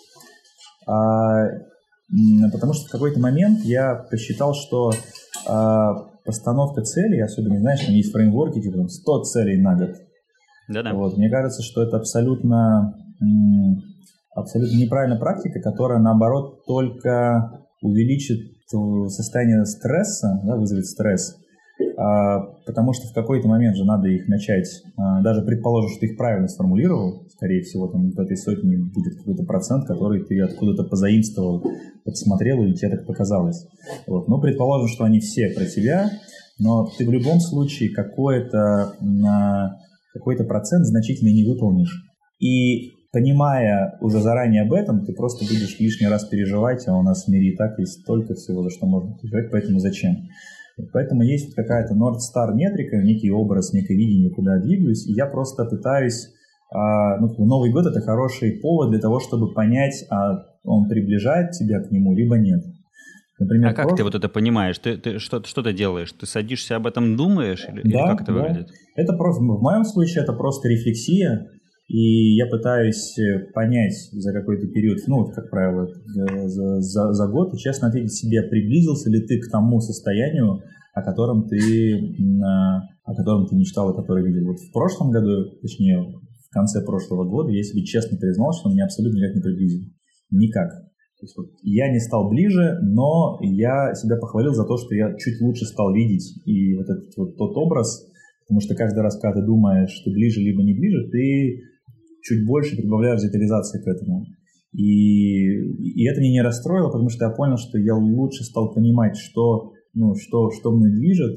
Потому что в какой-то момент я посчитал, что постановка целей, особенно, знаешь, там есть фреймворки, типа 100 целей на год. Да-да. Вот. Мне кажется, что это абсолютно неправильная практика, которая, наоборот, только увеличит состояние стресса, да, вызовет стресс, потому что в какой-то момент же надо их начать, даже предположим, что ты их правильно сформулировал, скорее всего, там в этой сотне будет какой-то процент, который ты откуда-то позаимствовал, подсмотрел, или тебе так показалось. Вот. Ну, предположим, что они все про тебя, но ты в любом случае какой-то процент значительно не выполнишь. И понимая уже заранее об этом, ты просто будешь лишний раз переживать, а у нас в мире и так есть столько всего, за что можно переживать, поэтому зачем? Поэтому есть какая-то North Star метрика, некий образ, некое видение, куда я двигаюсь, и я просто пытаюсь... Новый год — это хороший повод для того, чтобы понять, он приближает тебя к нему, либо нет. Например, как ты вот это понимаешь? Ты что ты делаешь? Ты садишься, об этом думаешь? Или как это выглядит? Это просто, в моем случае это просто рефлексия, и я пытаюсь понять за какой-то период, как правило, за год, и честно ответить себе, приблизился ли ты к тому состоянию, о котором ты мечтал, и которое видел. Вот в прошлом году, точнее, в конце прошлого года, я себе честно признал, что меня абсолютно никак не приблизил. Никак. То есть, я не стал ближе, но я себя похвалил за то, что я чуть лучше стал видеть. И вот этот тот образ, потому что каждый раз, когда ты думаешь, ты ближе либо не ближе, ты чуть больше прибавляешь детализации к этому. И это меня не расстроило, потому что я понял, что я лучше стал понимать, что мной движет,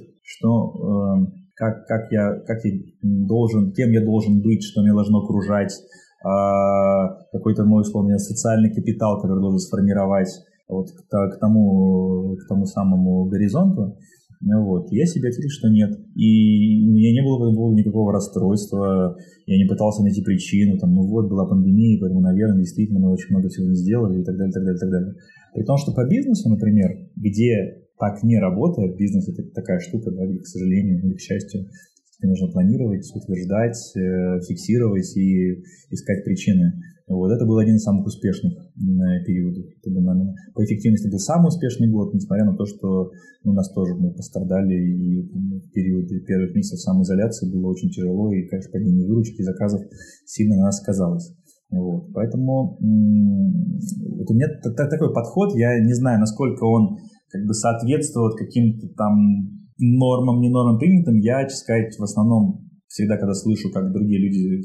кем я должен быть, что меня должно окружать, какой-то мой, условно, социальный капитал, который должен сформировать к тому самому горизонту. Вот. Я себе ответил, что нет. И у меня не было по этому поводу никакого расстройства. Я не пытался найти причину. Была пандемия, поэтому, наверное, действительно мы очень много всего не сделали и так далее, так далее, так далее. При том, что по бизнесу, например, где так не работает, бизнес — это такая штука, да, где, к сожалению или к счастью, тебе нужно планировать, утверждать, фиксировать и искать причины. Вот. Это был один из самых успешных периодов. Это, наверное, по эффективности был самый успешный год, несмотря на то, что у нас тоже мы пострадали, и в период первых месяцев самоизоляции было очень тяжело, и, конечно, падение выручки и заказов сильно на нас сказалось. Вот. Поэтому вот у меня такой подход, я не знаю, насколько он соответствует каким-то там нормам, не нормам принятым. Я, честно сказать, в основном всегда, когда слышу, как другие люди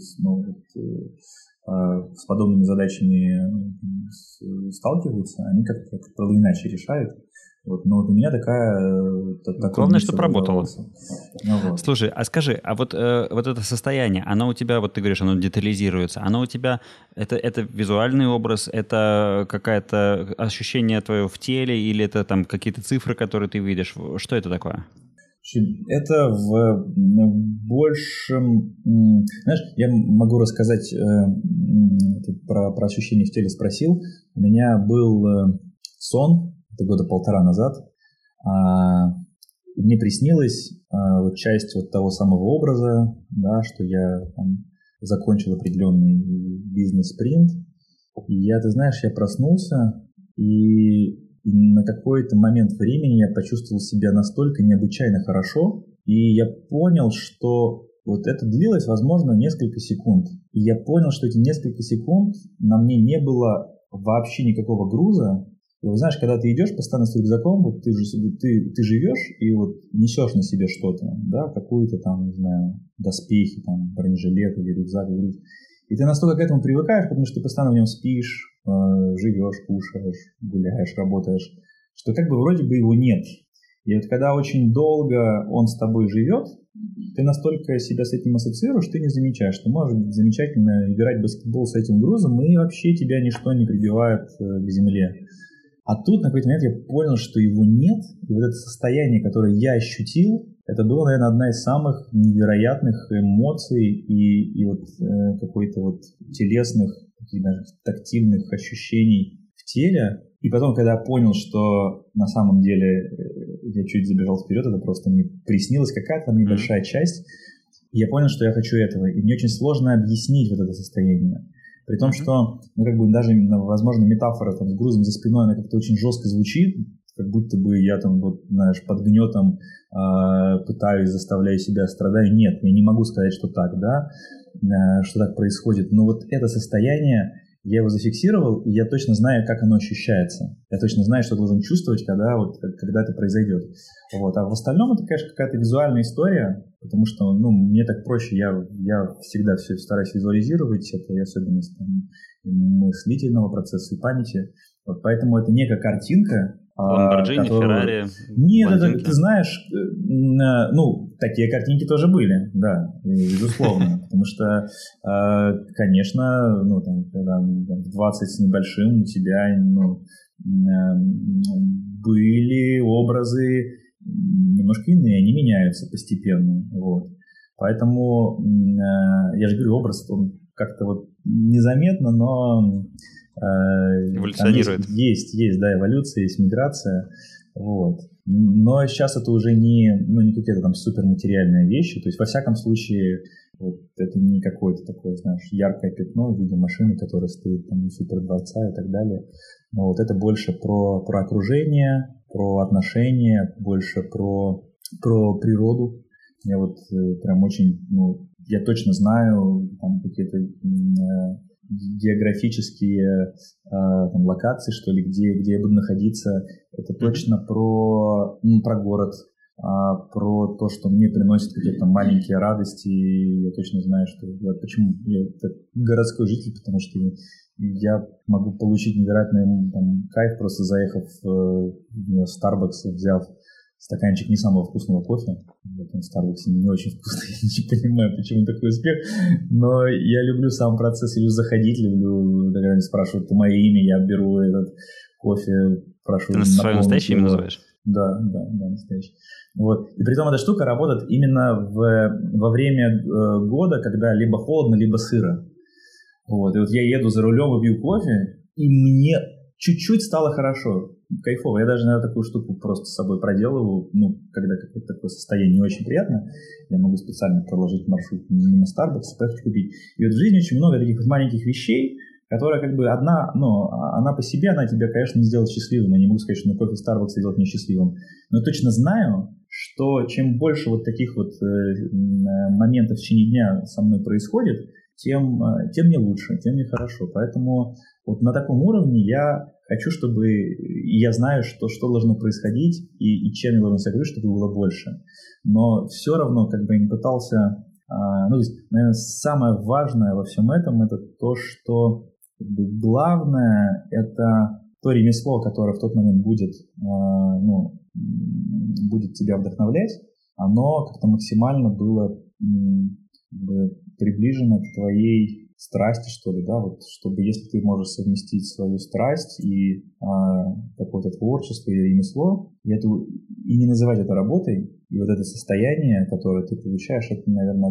с подобными задачами сталкиваются, они как-то иначе решают. Вот. Но у меня главное, чтобы работало. Слушай, а скажи, вот это состояние, оно у тебя, вот ты говоришь, оно детализируется, оно у тебя, это визуальный образ, это какое-то ощущение твое в теле, или это там какие-то цифры, которые ты видишь? Что это такое? Это в большем... Знаешь, я могу рассказать, про ощущения в теле спросил. У меня был сон, это года 1.5 назад. Мне приснилась часть того самого образа, да, что я закончил определенный бизнес-спринт. И я проснулся, и на какой-то момент времени я почувствовал себя настолько необычайно хорошо, и я понял, что вот это длилось, возможно, несколько секунд. И я понял, что эти несколько секунд на мне не было вообще никакого груза. И вот знаешь, когда ты идешь постоянно с рюкзаком, вот ты живешь и вот несешь на себе что-то, да, какую-то там, не знаю, доспехи, там, бронежилет или рюкзак, и ты настолько к этому привыкаешь, потому что ты постоянно в нем спишь, живешь, кушаешь, гуляешь, работаешь, что вроде бы его нет. И вот когда очень долго он с тобой живет, ты настолько себя с этим ассоциируешь, ты не замечаешь. Ты можешь замечательно играть в баскетбол с этим грузом, и вообще тебя ничто не прибивает к земле. А тут на какой-то момент я понял, что его нет, и вот это состояние, которое я ощутил, это было, наверное, одна из самых невероятных эмоций и вот какой-то вот телесных, даже тактильных ощущений в теле. И потом, когда я понял, что на самом деле я чуть забежал вперед, это просто мне приснилась какая-то там небольшая часть, и я понял, что я хочу этого. И мне очень сложно объяснить вот это состояние. При том, что, ну, как бы даже, возможно, метафора там, с грузом за спиной, она как-то очень жестко звучит, как будто бы я там, вот, знаешь, под гнетом пытаюсь, заставляю себя страдать. Нет, я не могу сказать, что так, да, что так происходит. Но вот это состояние, я его зафиксировал, и я точно знаю, как оно ощущается. Я точно знаю, что должен чувствовать, когда это произойдет. Вот. А в остальном это, конечно, какая-то визуальная история, потому что, ну, мне так проще, я всегда все стараюсь визуализировать, это и особенность там, мыслительного процесса и памяти. Вот, поэтому это некая картинка, Ламборджини, Феррари, Нет, это, ты знаешь, ну, такие картинки тоже были, да, безусловно, потому что, конечно, ну, там, когда в 20 с небольшим у тебя, ну, были образы немножко иные, они меняются постепенно, вот. Поэтому, я же говорю, образ, он как-то вот незаметно, но эволюционирует. Есть, да, эволюция, есть миграция, вот. Но сейчас это уже не какие-то там суперматериальные вещи, то есть во всяком случае вот, это не какое-то такое, знаешь, яркое пятно в виде машины, которая стоит там у супердворца и так далее. Но вот это больше про окружение, про отношения, больше про природу. Я вот прям очень, ну, я точно знаю там какие-то географические там, локации, что ли, где я буду находиться. Это точно про город, про то, что мне приносит какие-то маленькие радости. И я точно знаю, что почему я городской житель, потому что я могу получить невероятный там, кайф, просто заехав в Starbucks, взяв стаканчик не самого вкусного кофе. В этом Starbucks не очень вкусный, я не понимаю, почему такой успех. Но я люблю сам процесс, люблю заходить, люблю, когда они спрашивают мое имя, я беру этот кофе, прошу. Ты свое настоящее имя называешь? Да, настоящий. Вот. И при том эта штука работает именно во время года, когда либо холодно, либо сыро. Вот. И вот я еду за рулем и пью кофе, и мне чуть-чуть стало хорошо. Кайфово. Я даже, наверное, такую штуку просто с собой проделываю. Ну, когда какое-то такое состояние не очень приятно, я могу специально проложить маршрут мимо Starbucks, поехать купить. И вот в жизни очень много таких вот маленьких вещей, которая как бы одна, ну, она по себе, она тебя, конечно, не сделает счастливым. Я не могу сказать, что кофе Starbucks делает меня счастливым. Но я точно знаю, что чем больше вот таких вот моментов в течение дня со мной происходит, тем мне лучше, тем мне хорошо. Поэтому вот на таком уровне я хочу, чтобы... И я знаю, что должно происходить, и чем я должен себя говорить, чтобы было больше. Но все равно как бы я не пытался... ну, то есть, наверное, самое важное во всем этом, это то, что как бы, главное, это то ремесло, которое в тот момент будет тебя вдохновлять, оно как-то максимально было приближено к твоей страсти, что ли, да, вот, чтобы если ты можешь совместить свою страсть и какое-то творчество и ремесло, и не называть это работой, и вот это состояние, которое ты получаешь, это, наверное,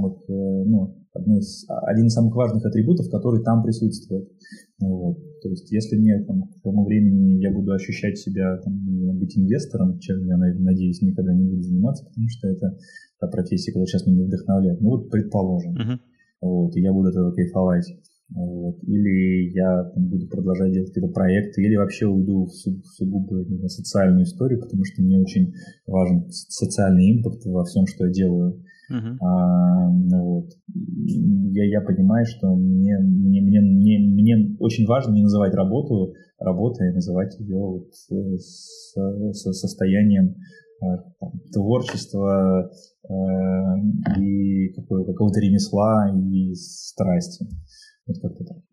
один из самых важных атрибутов, который там присутствует. Вот. То есть, если мне там, к тому времени я буду ощущать себя, там, быть инвестором, чем я, надеюсь, никогда не буду заниматься, потому что это та профессия, которая сейчас меня вдохновляет. Ну вот, предположим. Вот, и я буду от этого кайфовать. Вот. Или я там, буду продолжать делать какие-то проекты, или вообще уйду в сугубо социальную историю, потому что мне очень важен социальный импакт во всем, что я делаю. Вот. Я понимаю, что мне очень важно не называть работу работой, а называть ее вот состоянием творчества и какого-то ремесла и страсти. Вот как-то так.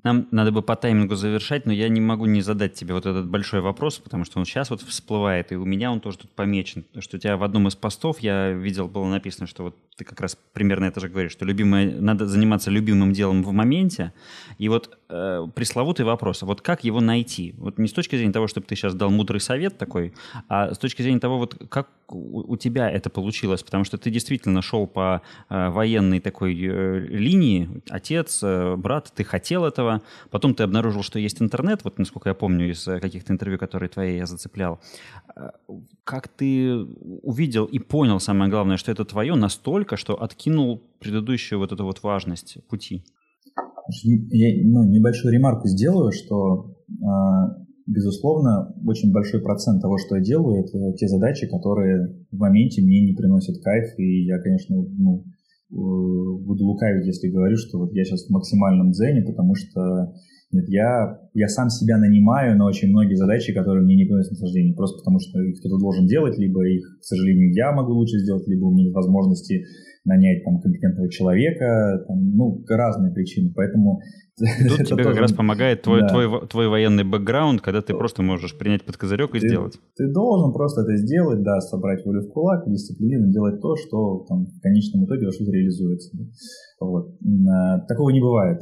Нам надо бы по таймингу завершать, но я не могу не задать тебе вот этот большой вопрос, потому что он сейчас вот всплывает, и у меня он тоже тут помечен. Потому что у тебя в одном из постов я видел, было написано, что вот ты как раз примерно это же говоришь, что надо заниматься любимым делом в моменте. И вот пресловутый вопрос, а вот как его найти? Вот не с точки зрения того, чтобы ты сейчас дал мудрый совет такой, а с точки зрения того, вот как у тебя это получилось, потому что ты действительно шел по военной такой линии, отец, брат, ты хотел этого, потом ты обнаружил, что есть интернет, вот насколько я помню из каких-то интервью, которые твои я зацеплял. Как ты увидел и понял, самое главное, что это твое настолько, что откинул предыдущую вот эту вот важность пути? Я небольшую ремарку сделаю, что безусловно, очень большой процент того, что я делаю, это те задачи, которые в моменте мне не приносят кайф, и я, конечно, буду лукавить, если говорю, что вот я сейчас в максимальном дзене, потому что нет, я сам себя нанимаю на очень многие задачи, которые мне не приносят наслаждения, просто потому что их кто-то должен делать, либо их, к сожалению, я могу лучше сделать, либо у меня нет возможности нанять там компетентного человека, разные причины, поэтому... Тут тебе как раз помогает твой военный бэкграунд, когда ты просто можешь принять под козырек и сделать. Ты должен просто это сделать, да, собрать волю в кулак, дисциплинированно делать то, что там, в конечном итоге что-то реализуется. Вот. Такого не бывает.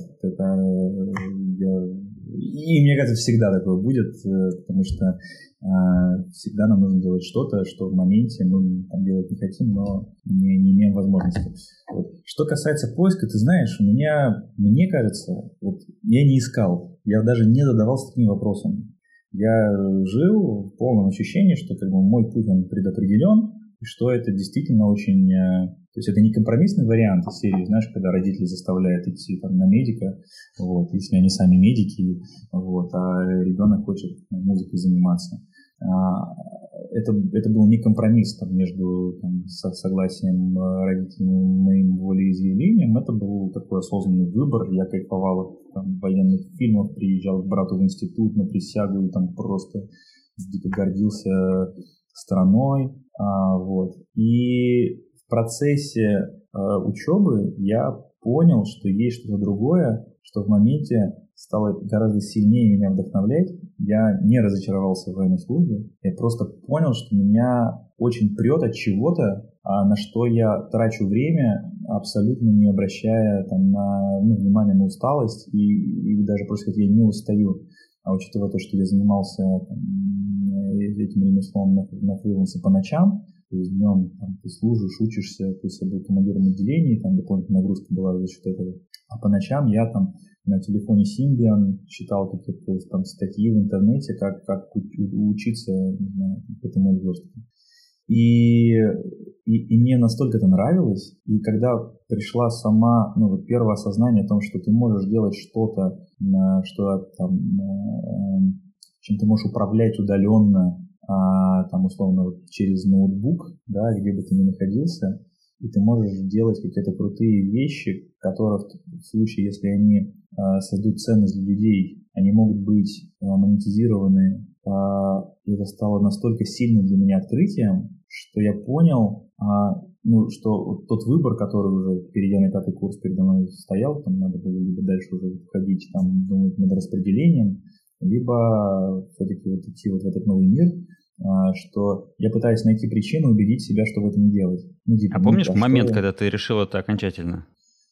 И мне кажется, всегда такое будет, потому что всегда нам нужно делать что-то, что в моменте мы там делать не хотим, но не имеем возможности. Вот. Что касается поиска, ты знаешь, мне кажется, вот я не искал, я даже не задавался таким вопросом. Я жил в полном ощущении, что как бы мой путь он предопределен, и что это действительно очень... То есть это не компромиссный вариант из серии, знаешь, когда родители заставляют идти там, на медика, вот, если они сами медики, вот, а ребенок хочет музыкой заниматься. Это был не компромисс там, между согласием родителей и моим волеизъявлением, это был такой осознанный выбор. Я кайфовал от военных фильмов, приезжал к брату в институт на присягу и там просто дико гордился страной. Вот. И в процессе учебы я понял, что есть что-то другое, что в моменте стало гораздо сильнее меня вдохновлять. Я не разочаровался в военной службе. Я просто понял, что меня очень прет от чего-то, на что я трачу время, абсолютно не обращая внимания на усталость. И даже просто я не устаю. А учитывая то, что я занимался этим ремеслом на фрилансе по ночам, то есть днем ты служишь, учишься, то есть я был командиром отделения, там дополнительная нагрузка была за счет этого. А по ночам я там на телефоне Symbian читал какие-то там статьи в интернете, как учиться, не знаю, этому верстке. И мне настолько это нравилось, и когда пришла сама, первое осознание о том, что ты можешь делать что-то, чем ты можешь управлять удаленно, условно, через ноутбук, да, где бы ты ни находился, и ты можешь делать какие-то крутые вещи, которые в случае, если они создают ценность для людей, они могут быть монетизированы. И это стало настолько сильным для меня открытием, что я понял, что тот выбор, который уже, перейдя на 5-й курс, передо мной стоял, там надо было либо дальше уже входить, думать над распределением, либо все-таки идти в этот новый мир, что я пытаюсь найти причину, убедить себя, что в этом делать. Помнишь момент, когда ты решил это окончательно?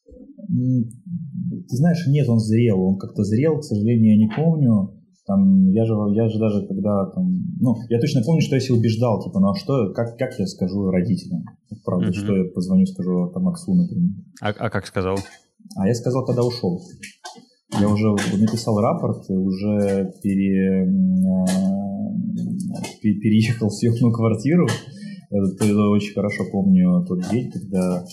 Ты знаешь, нет, он зрел. Он как-то зрел, к сожалению, я не помню. Я же даже когда я точно помню, что я себя убеждал, как я скажу родителям? Правда, что я позвоню, скажу отцу, например. А как сказал? А я сказал, когда ушел. Я уже написал рапорт, уже переехал в съемную квартиру. Я очень хорошо помню тот день, когда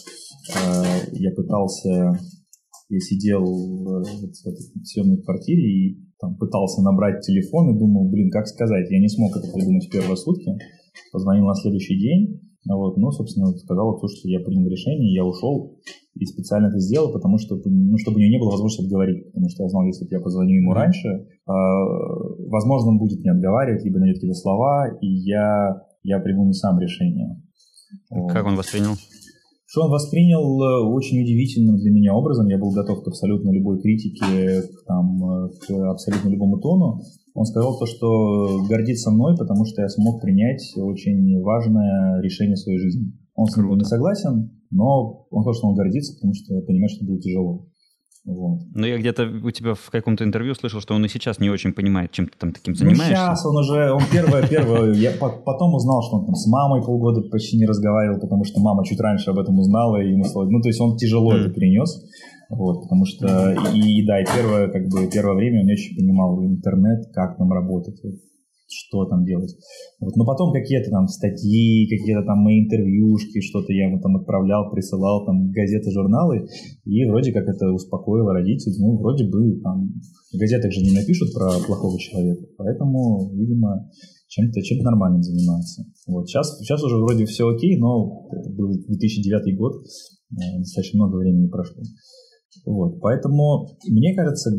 я сидел в этой съемной квартире и пытался набрать телефон и думал, как сказать, я не смог это придумать в первые сутки. Позвонил на следующий день, собственно, сказал отцу, что я принял решение, я ушел и специально это сделал, потому что, чтобы у него не было возможности отговорить, потому что я знал, если я позвоню ему раньше, возможно, он будет меня отговаривать, либо найдет какие-то слова, и я приму не сам решение. Как он воспринял? Что он воспринял очень удивительным для меня образом. Я был готов к абсолютно любой критике, к абсолютно любому тону. Он сказал то, что гордится мной, потому что я смог принять очень важное решение в своей жизни. Он с ним был не согласен, но он сказал, что он гордится, потому что понимает, что будет тяжело. Вот. Но я где-то у тебя в каком-то интервью слышал, что он и сейчас не очень понимает, чем ты там таким занимаешься. Сейчас он первое, я потом узнал, что он там с мамой полгода почти не разговаривал, потому что мама чуть раньше об этом узнала, и ему стало, то есть он тяжело это перенес, вот, потому что, и первое время он не очень понимал интернет, как там работать, что там делать. Вот. Но потом какие-то там статьи, какие-то там мои интервьюшки, что-то я ему там отправлял, присылал, там газеты, журналы, и вроде как это успокоило родителей. Вроде бы там в газетах же не напишут про плохого человека, поэтому, видимо, чем-то нормальным занимается. Вот. Сейчас уже вроде все окей, но это был 2009 год, достаточно много времени прошло. Вот, поэтому, мне кажется,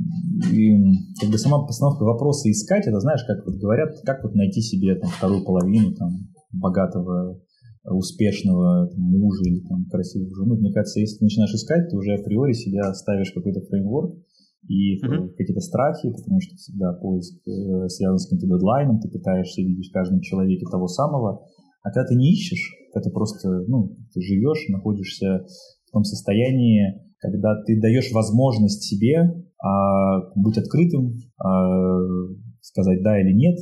сама постановка вопроса искать, это, знаешь, как вот говорят, как вот найти себе там, вторую половину там, богатого, успешного там, мужа или там, красивую жену. Мне кажется, если ты начинаешь искать, ты уже априори себя ставишь какой-то фреймворк и какие-то страхи, потому что всегда поиск связан с каким-то дедлайном, ты пытаешься видеть в каждом человеке того самого, а когда ты не ищешь, когда ты просто ты живешь, находишься в том состоянии, когда ты даешь возможность себе быть открытым, сказать да или нет.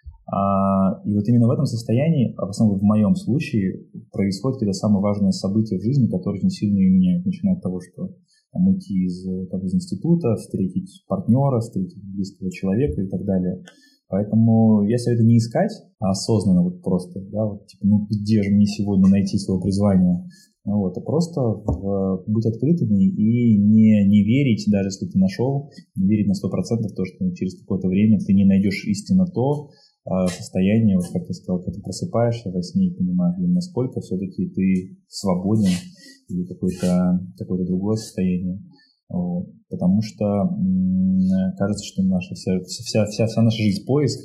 И вот именно в этом состоянии, в основном в моем случае, происходит какие-то самые важные события в жизни, которые очень сильно ее меняют. Начиная от того, что уйти из института, встретить партнера, встретить близкого человека и так далее. Поэтому я советую не искать, а осознанно вот просто, да, вот, где же мне сегодня найти свое призвание, вот, а просто быть открытыми и не верить, даже если ты нашел, не верить на 100% в то, что через какое-то время ты не найдешь истинно то состояние, вот как ты сказал, когда ты просыпаешься во сне и понимаешь, насколько все-таки ты свободен или какое-то другое состояние. Вот. Потому что кажется, что вся наша жизнь поиск,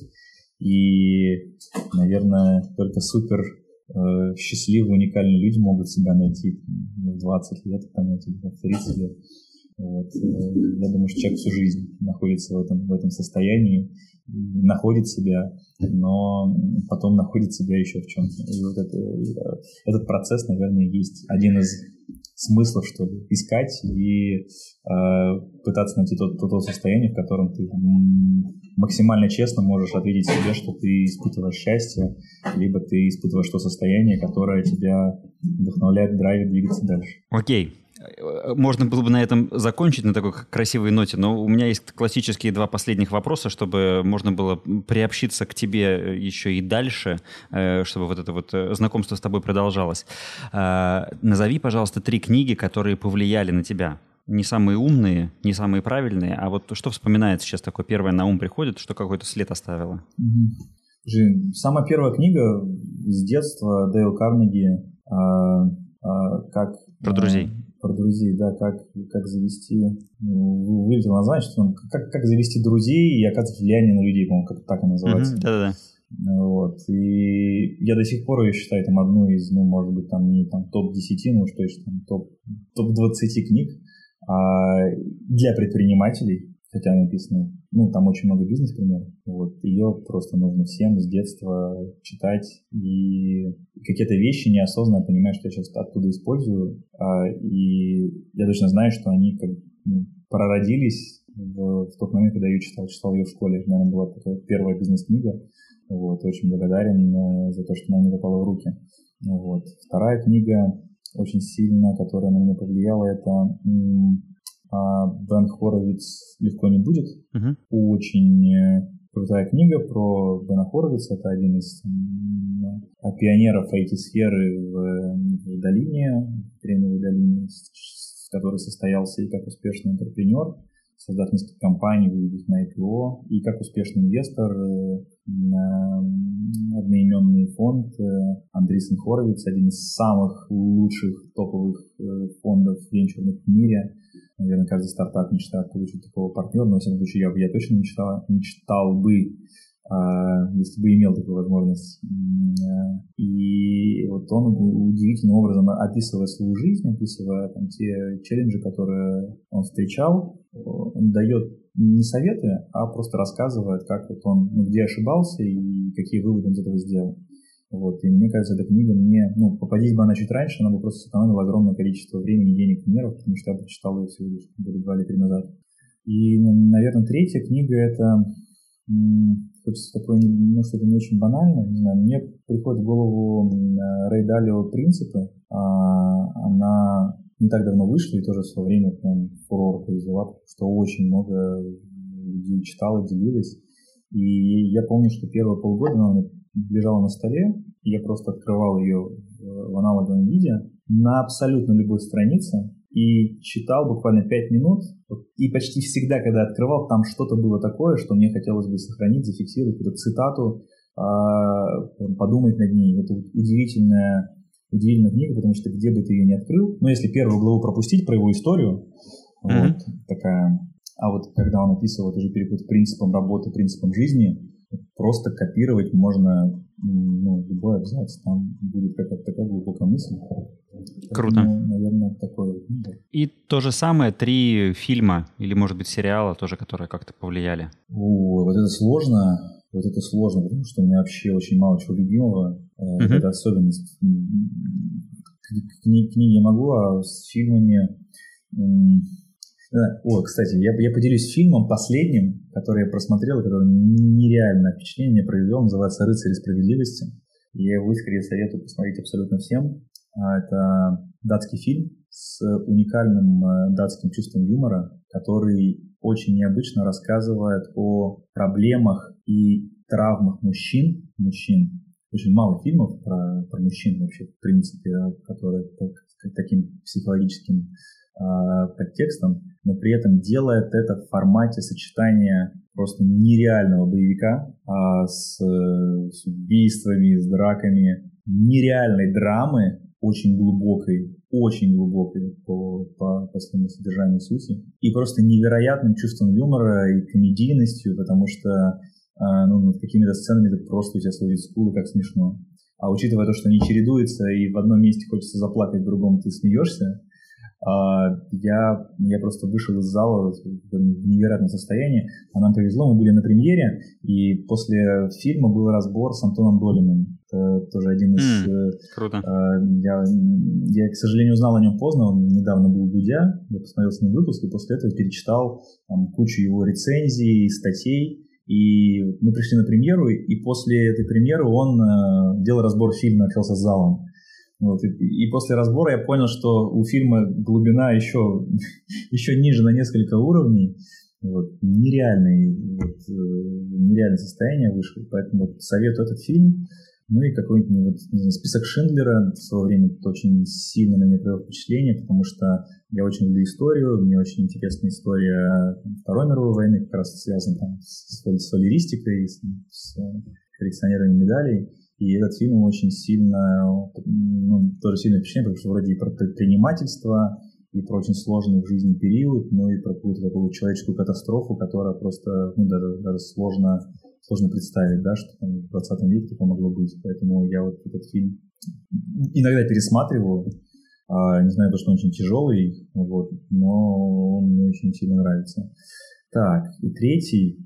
и, наверное, только супер счастливые, уникальные люди могут себя найти в 20 лет, или в 30 лет. Вот. Я думаю, что человек всю жизнь находится в этом состоянии, находит себя, но потом находит себя еще в чем-то. И вот этот процесс, наверное, есть один из смыслов, что ли, искать и пытаться найти то состояние, в котором ты максимально честно можешь ответить себе, что ты испытываешь счастье, либо ты испытываешь то состояние, которое тебя вдохновляет, драйвит двигаться дальше. Окей. Можно было бы на этом закончить, на такой красивой ноте, но у меня есть классические два последних вопроса, чтобы можно было приобщиться к тебе еще и дальше, чтобы вот это вот знакомство с тобой продолжалось. Назови, пожалуйста, 3 книги, которые повлияли на тебя. Не самые умные, не самые правильные, а вот что вспоминается сейчас такое первое на ум приходит, что какой-то след оставило? Самая первая книга из детства Дейл Карнеги Про друзей. Про друзей, да, как завести, вылетело название, что там, как завести друзей и оказывать влияние на людей, по-моему, как так она называется. Да-да-да. Вот, и я до сих пор ее считаю там одну из, может быть, там не там топ-10, но уж точно там топ-20 книг для предпринимателей, хотя написано, там очень много бизнес-примеров, вот, ее просто нужно всем с детства читать, и какие-то вещи неосознанно понимаю, что я сейчас оттуда использую, и я точно знаю, что они прородились в тот момент, когда я ее читал ее в школе, это, наверное, была такая первая бизнес-книга, вот, очень благодарен за то, что она мне попала в руки. Вот. Вторая книга, очень сильно, которая на меня повлияла, это Бен Хоровиц «Легко не будет». Очень крутая книга про Бена Хоровица. Это один из пионеров IT-сферы в долине, в Кремниевой долине, который состоялся и как успешный интерпренер, создав несколько компаний, выведя их на IPO, и как успешный инвестор, одноименный фонд Андреессен Хоровиц, один из самых лучших топовых фондов венчурных в мире. Наверное, каждый стартап мечтает получить такого партнера, но, в всяком случае, я точно мечтал бы если бы имел такую возможность. И вот он удивительным образом, описывая свою жизнь, описывая там те челленджи, которые он встречал, он дает не советы, а просто рассказывает, как вот он, где ошибался и какие выводы он из этого сделал. Вот. И мне кажется, эта книга мне, попадись бы она чуть раньше, она бы просто сэкономила огромное количество времени, денег и нервов, потому что я прочитал ее всего лишь 2 или 3 назад. И, наверное, третья книга — это хочется такое, что-то не очень банальное, не знаю, мне приходит в голову Рэй Далио «Принципы». Она не так давно вышла и тоже в свое время фурор произвела, потому что очень много людей читало, делилось. И я помню, что первые полгода она у меня лежала на столе, и я просто открывал ее в аналоговом виде на абсолютно любой странице и читал буквально 5 минут. И почти всегда, когда открывал, там что-то было такое, что мне хотелось бы сохранить, зафиксировать, какую-то цитату, подумать над ней. Это удивительная книга, потому что где бы ты ее не открыл, если первую главу пропустить про его историю, вот такая, а вот когда он описывал уже переход к принципам работы, принципам жизни, просто копировать можно любой абзац, там будет какая-то такая глубокая мысль. Круто. Поэтому, наверное, такое. И то же самое 3 фильма или, может быть, сериала тоже, которые как-то повлияли. Вот это сложно, потому что у меня вообще очень мало чего любимого. Это особенность. Книги я могу, а с фильмами... Кстати, я поделюсь фильмом последним, который я просмотрел, который нереальное впечатление произвел, называется «Рыцари справедливости». Я его искренне советую посмотреть абсолютно всем. Это датский фильм с уникальным датским чувством юмора, который очень необычно рассказывает о проблемах и травмах мужчин. Очень мало фильмов про мужчин вообще, в принципе, которые таким психологическим подтекстом, но при этом делает это в формате сочетания просто нереального боевика с убийствами, с драками, нереальной драмы, очень глубокой по своему содержанию сути, и просто невероятным чувством юмора и комедийностью, потому что над какими-то сценами это просто у тебя сводит скулы, как смешно. А учитывая то, что они чередуются, и в одном месте хочется заплакать, в другом ты смеешься, я просто вышел из зала в невероятном состоянии. А нам повезло, мы были на премьере, и после фильма был разбор с Антоном Долиным. Это тоже один из... Круто. Я, к сожалению, узнал о нем поздно, он недавно был у Дудя, я посмотрел с ним выпуск, и после этого перечитал кучу его рецензий, статей. И мы пришли на премьеру, и после этой премьеры он делал разбор фильма, общался с залом. Вот, и после разбора я понял, что у фильма глубина еще ниже на несколько уровней. Вот, нереальное состояние вышло. Поэтому советую этот фильм. И какой-нибудь список Шиндлера в свое время очень сильно на меня произвел впечатление, потому что я очень люблю историю, мне очень интересна история Второй мировой войны, как раз связана с фолеристикой, с коллекционированием медалей. И этот фильм очень сильно, тоже сильно впечатляет, потому что вроде и про предпринимательство, и про очень сложный в жизни период, и про какую-то такую человеческую катастрофу, которая просто даже сложно представить, да, что там в 20 веке такое могло быть. Поэтому я вот этот фильм иногда пересматриваю. Не знаю, то, что он очень тяжелый, но он мне очень сильно нравится. Так, и третий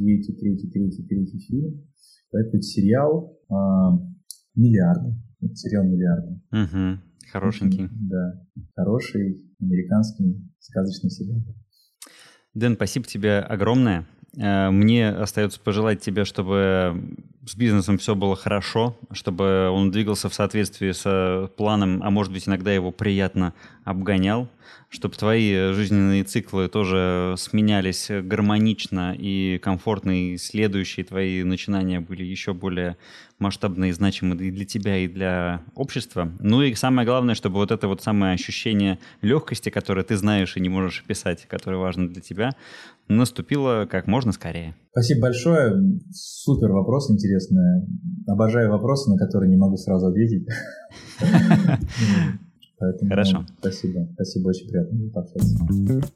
фильм. Это сериал «Миллиарды». Это сериал «Миллиарды». Угу. Хорошенький. Да, хороший американский сказочный сериал. Дэн, спасибо тебе огромное. Мне остается пожелать тебе, чтобы с бизнесом все было хорошо, чтобы он двигался в соответствии с планом, а может быть, иногда его приятно обгонял, чтобы твои жизненные циклы тоже сменялись гармонично и комфортно, и следующие твои начинания были еще более масштабные и значимые и для тебя, и для общества. И самое главное, чтобы вот это вот самое ощущение легкости, которое ты знаешь и не можешь описать, которое важно для тебя, наступило как можно скорее. Спасибо большое. Супер вопрос интересный. Обожаю вопросы, на которые не могу сразу ответить. Поэтому, хорошо. Спасибо. Спасибо, очень приятно пообщаться.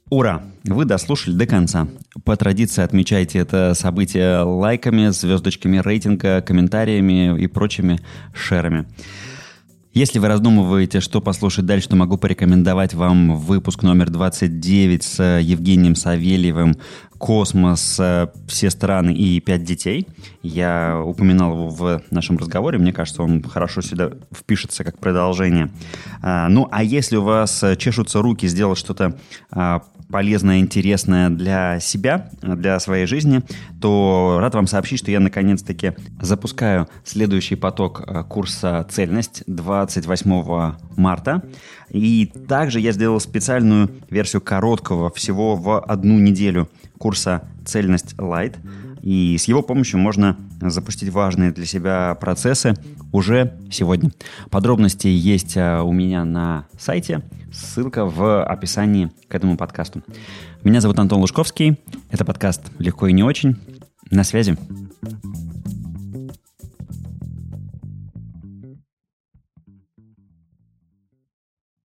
Ура! Вы дослушали до конца. По традиции отмечайте это событие лайками, звездочками рейтинга, комментариями и прочими шерами. Если вы раздумываете, что послушать дальше, то могу порекомендовать вам выпуск номер 29 с Евгением Савельевым «Космос, все страны и 5 детей». Я упоминал его в нашем разговоре. Мне кажется, он хорошо сюда впишется как продолжение. Ну, а если у вас чешутся руки сделать что-то полезное, интересное для себя, для своей жизни, то рад вам сообщить, что я наконец-таки запускаю следующий поток курса «Цельность» 28 марта. И также я сделал специальную версию короткого, всего в 1 неделю курса «Цельность Light». И с его помощью можно запустить важные для себя процессы уже сегодня. Подробности есть у меня на сайте. Ссылка в описании к этому подкасту. Меня зовут Антон Лужковский. Это подкаст «Легко и не очень». На связи.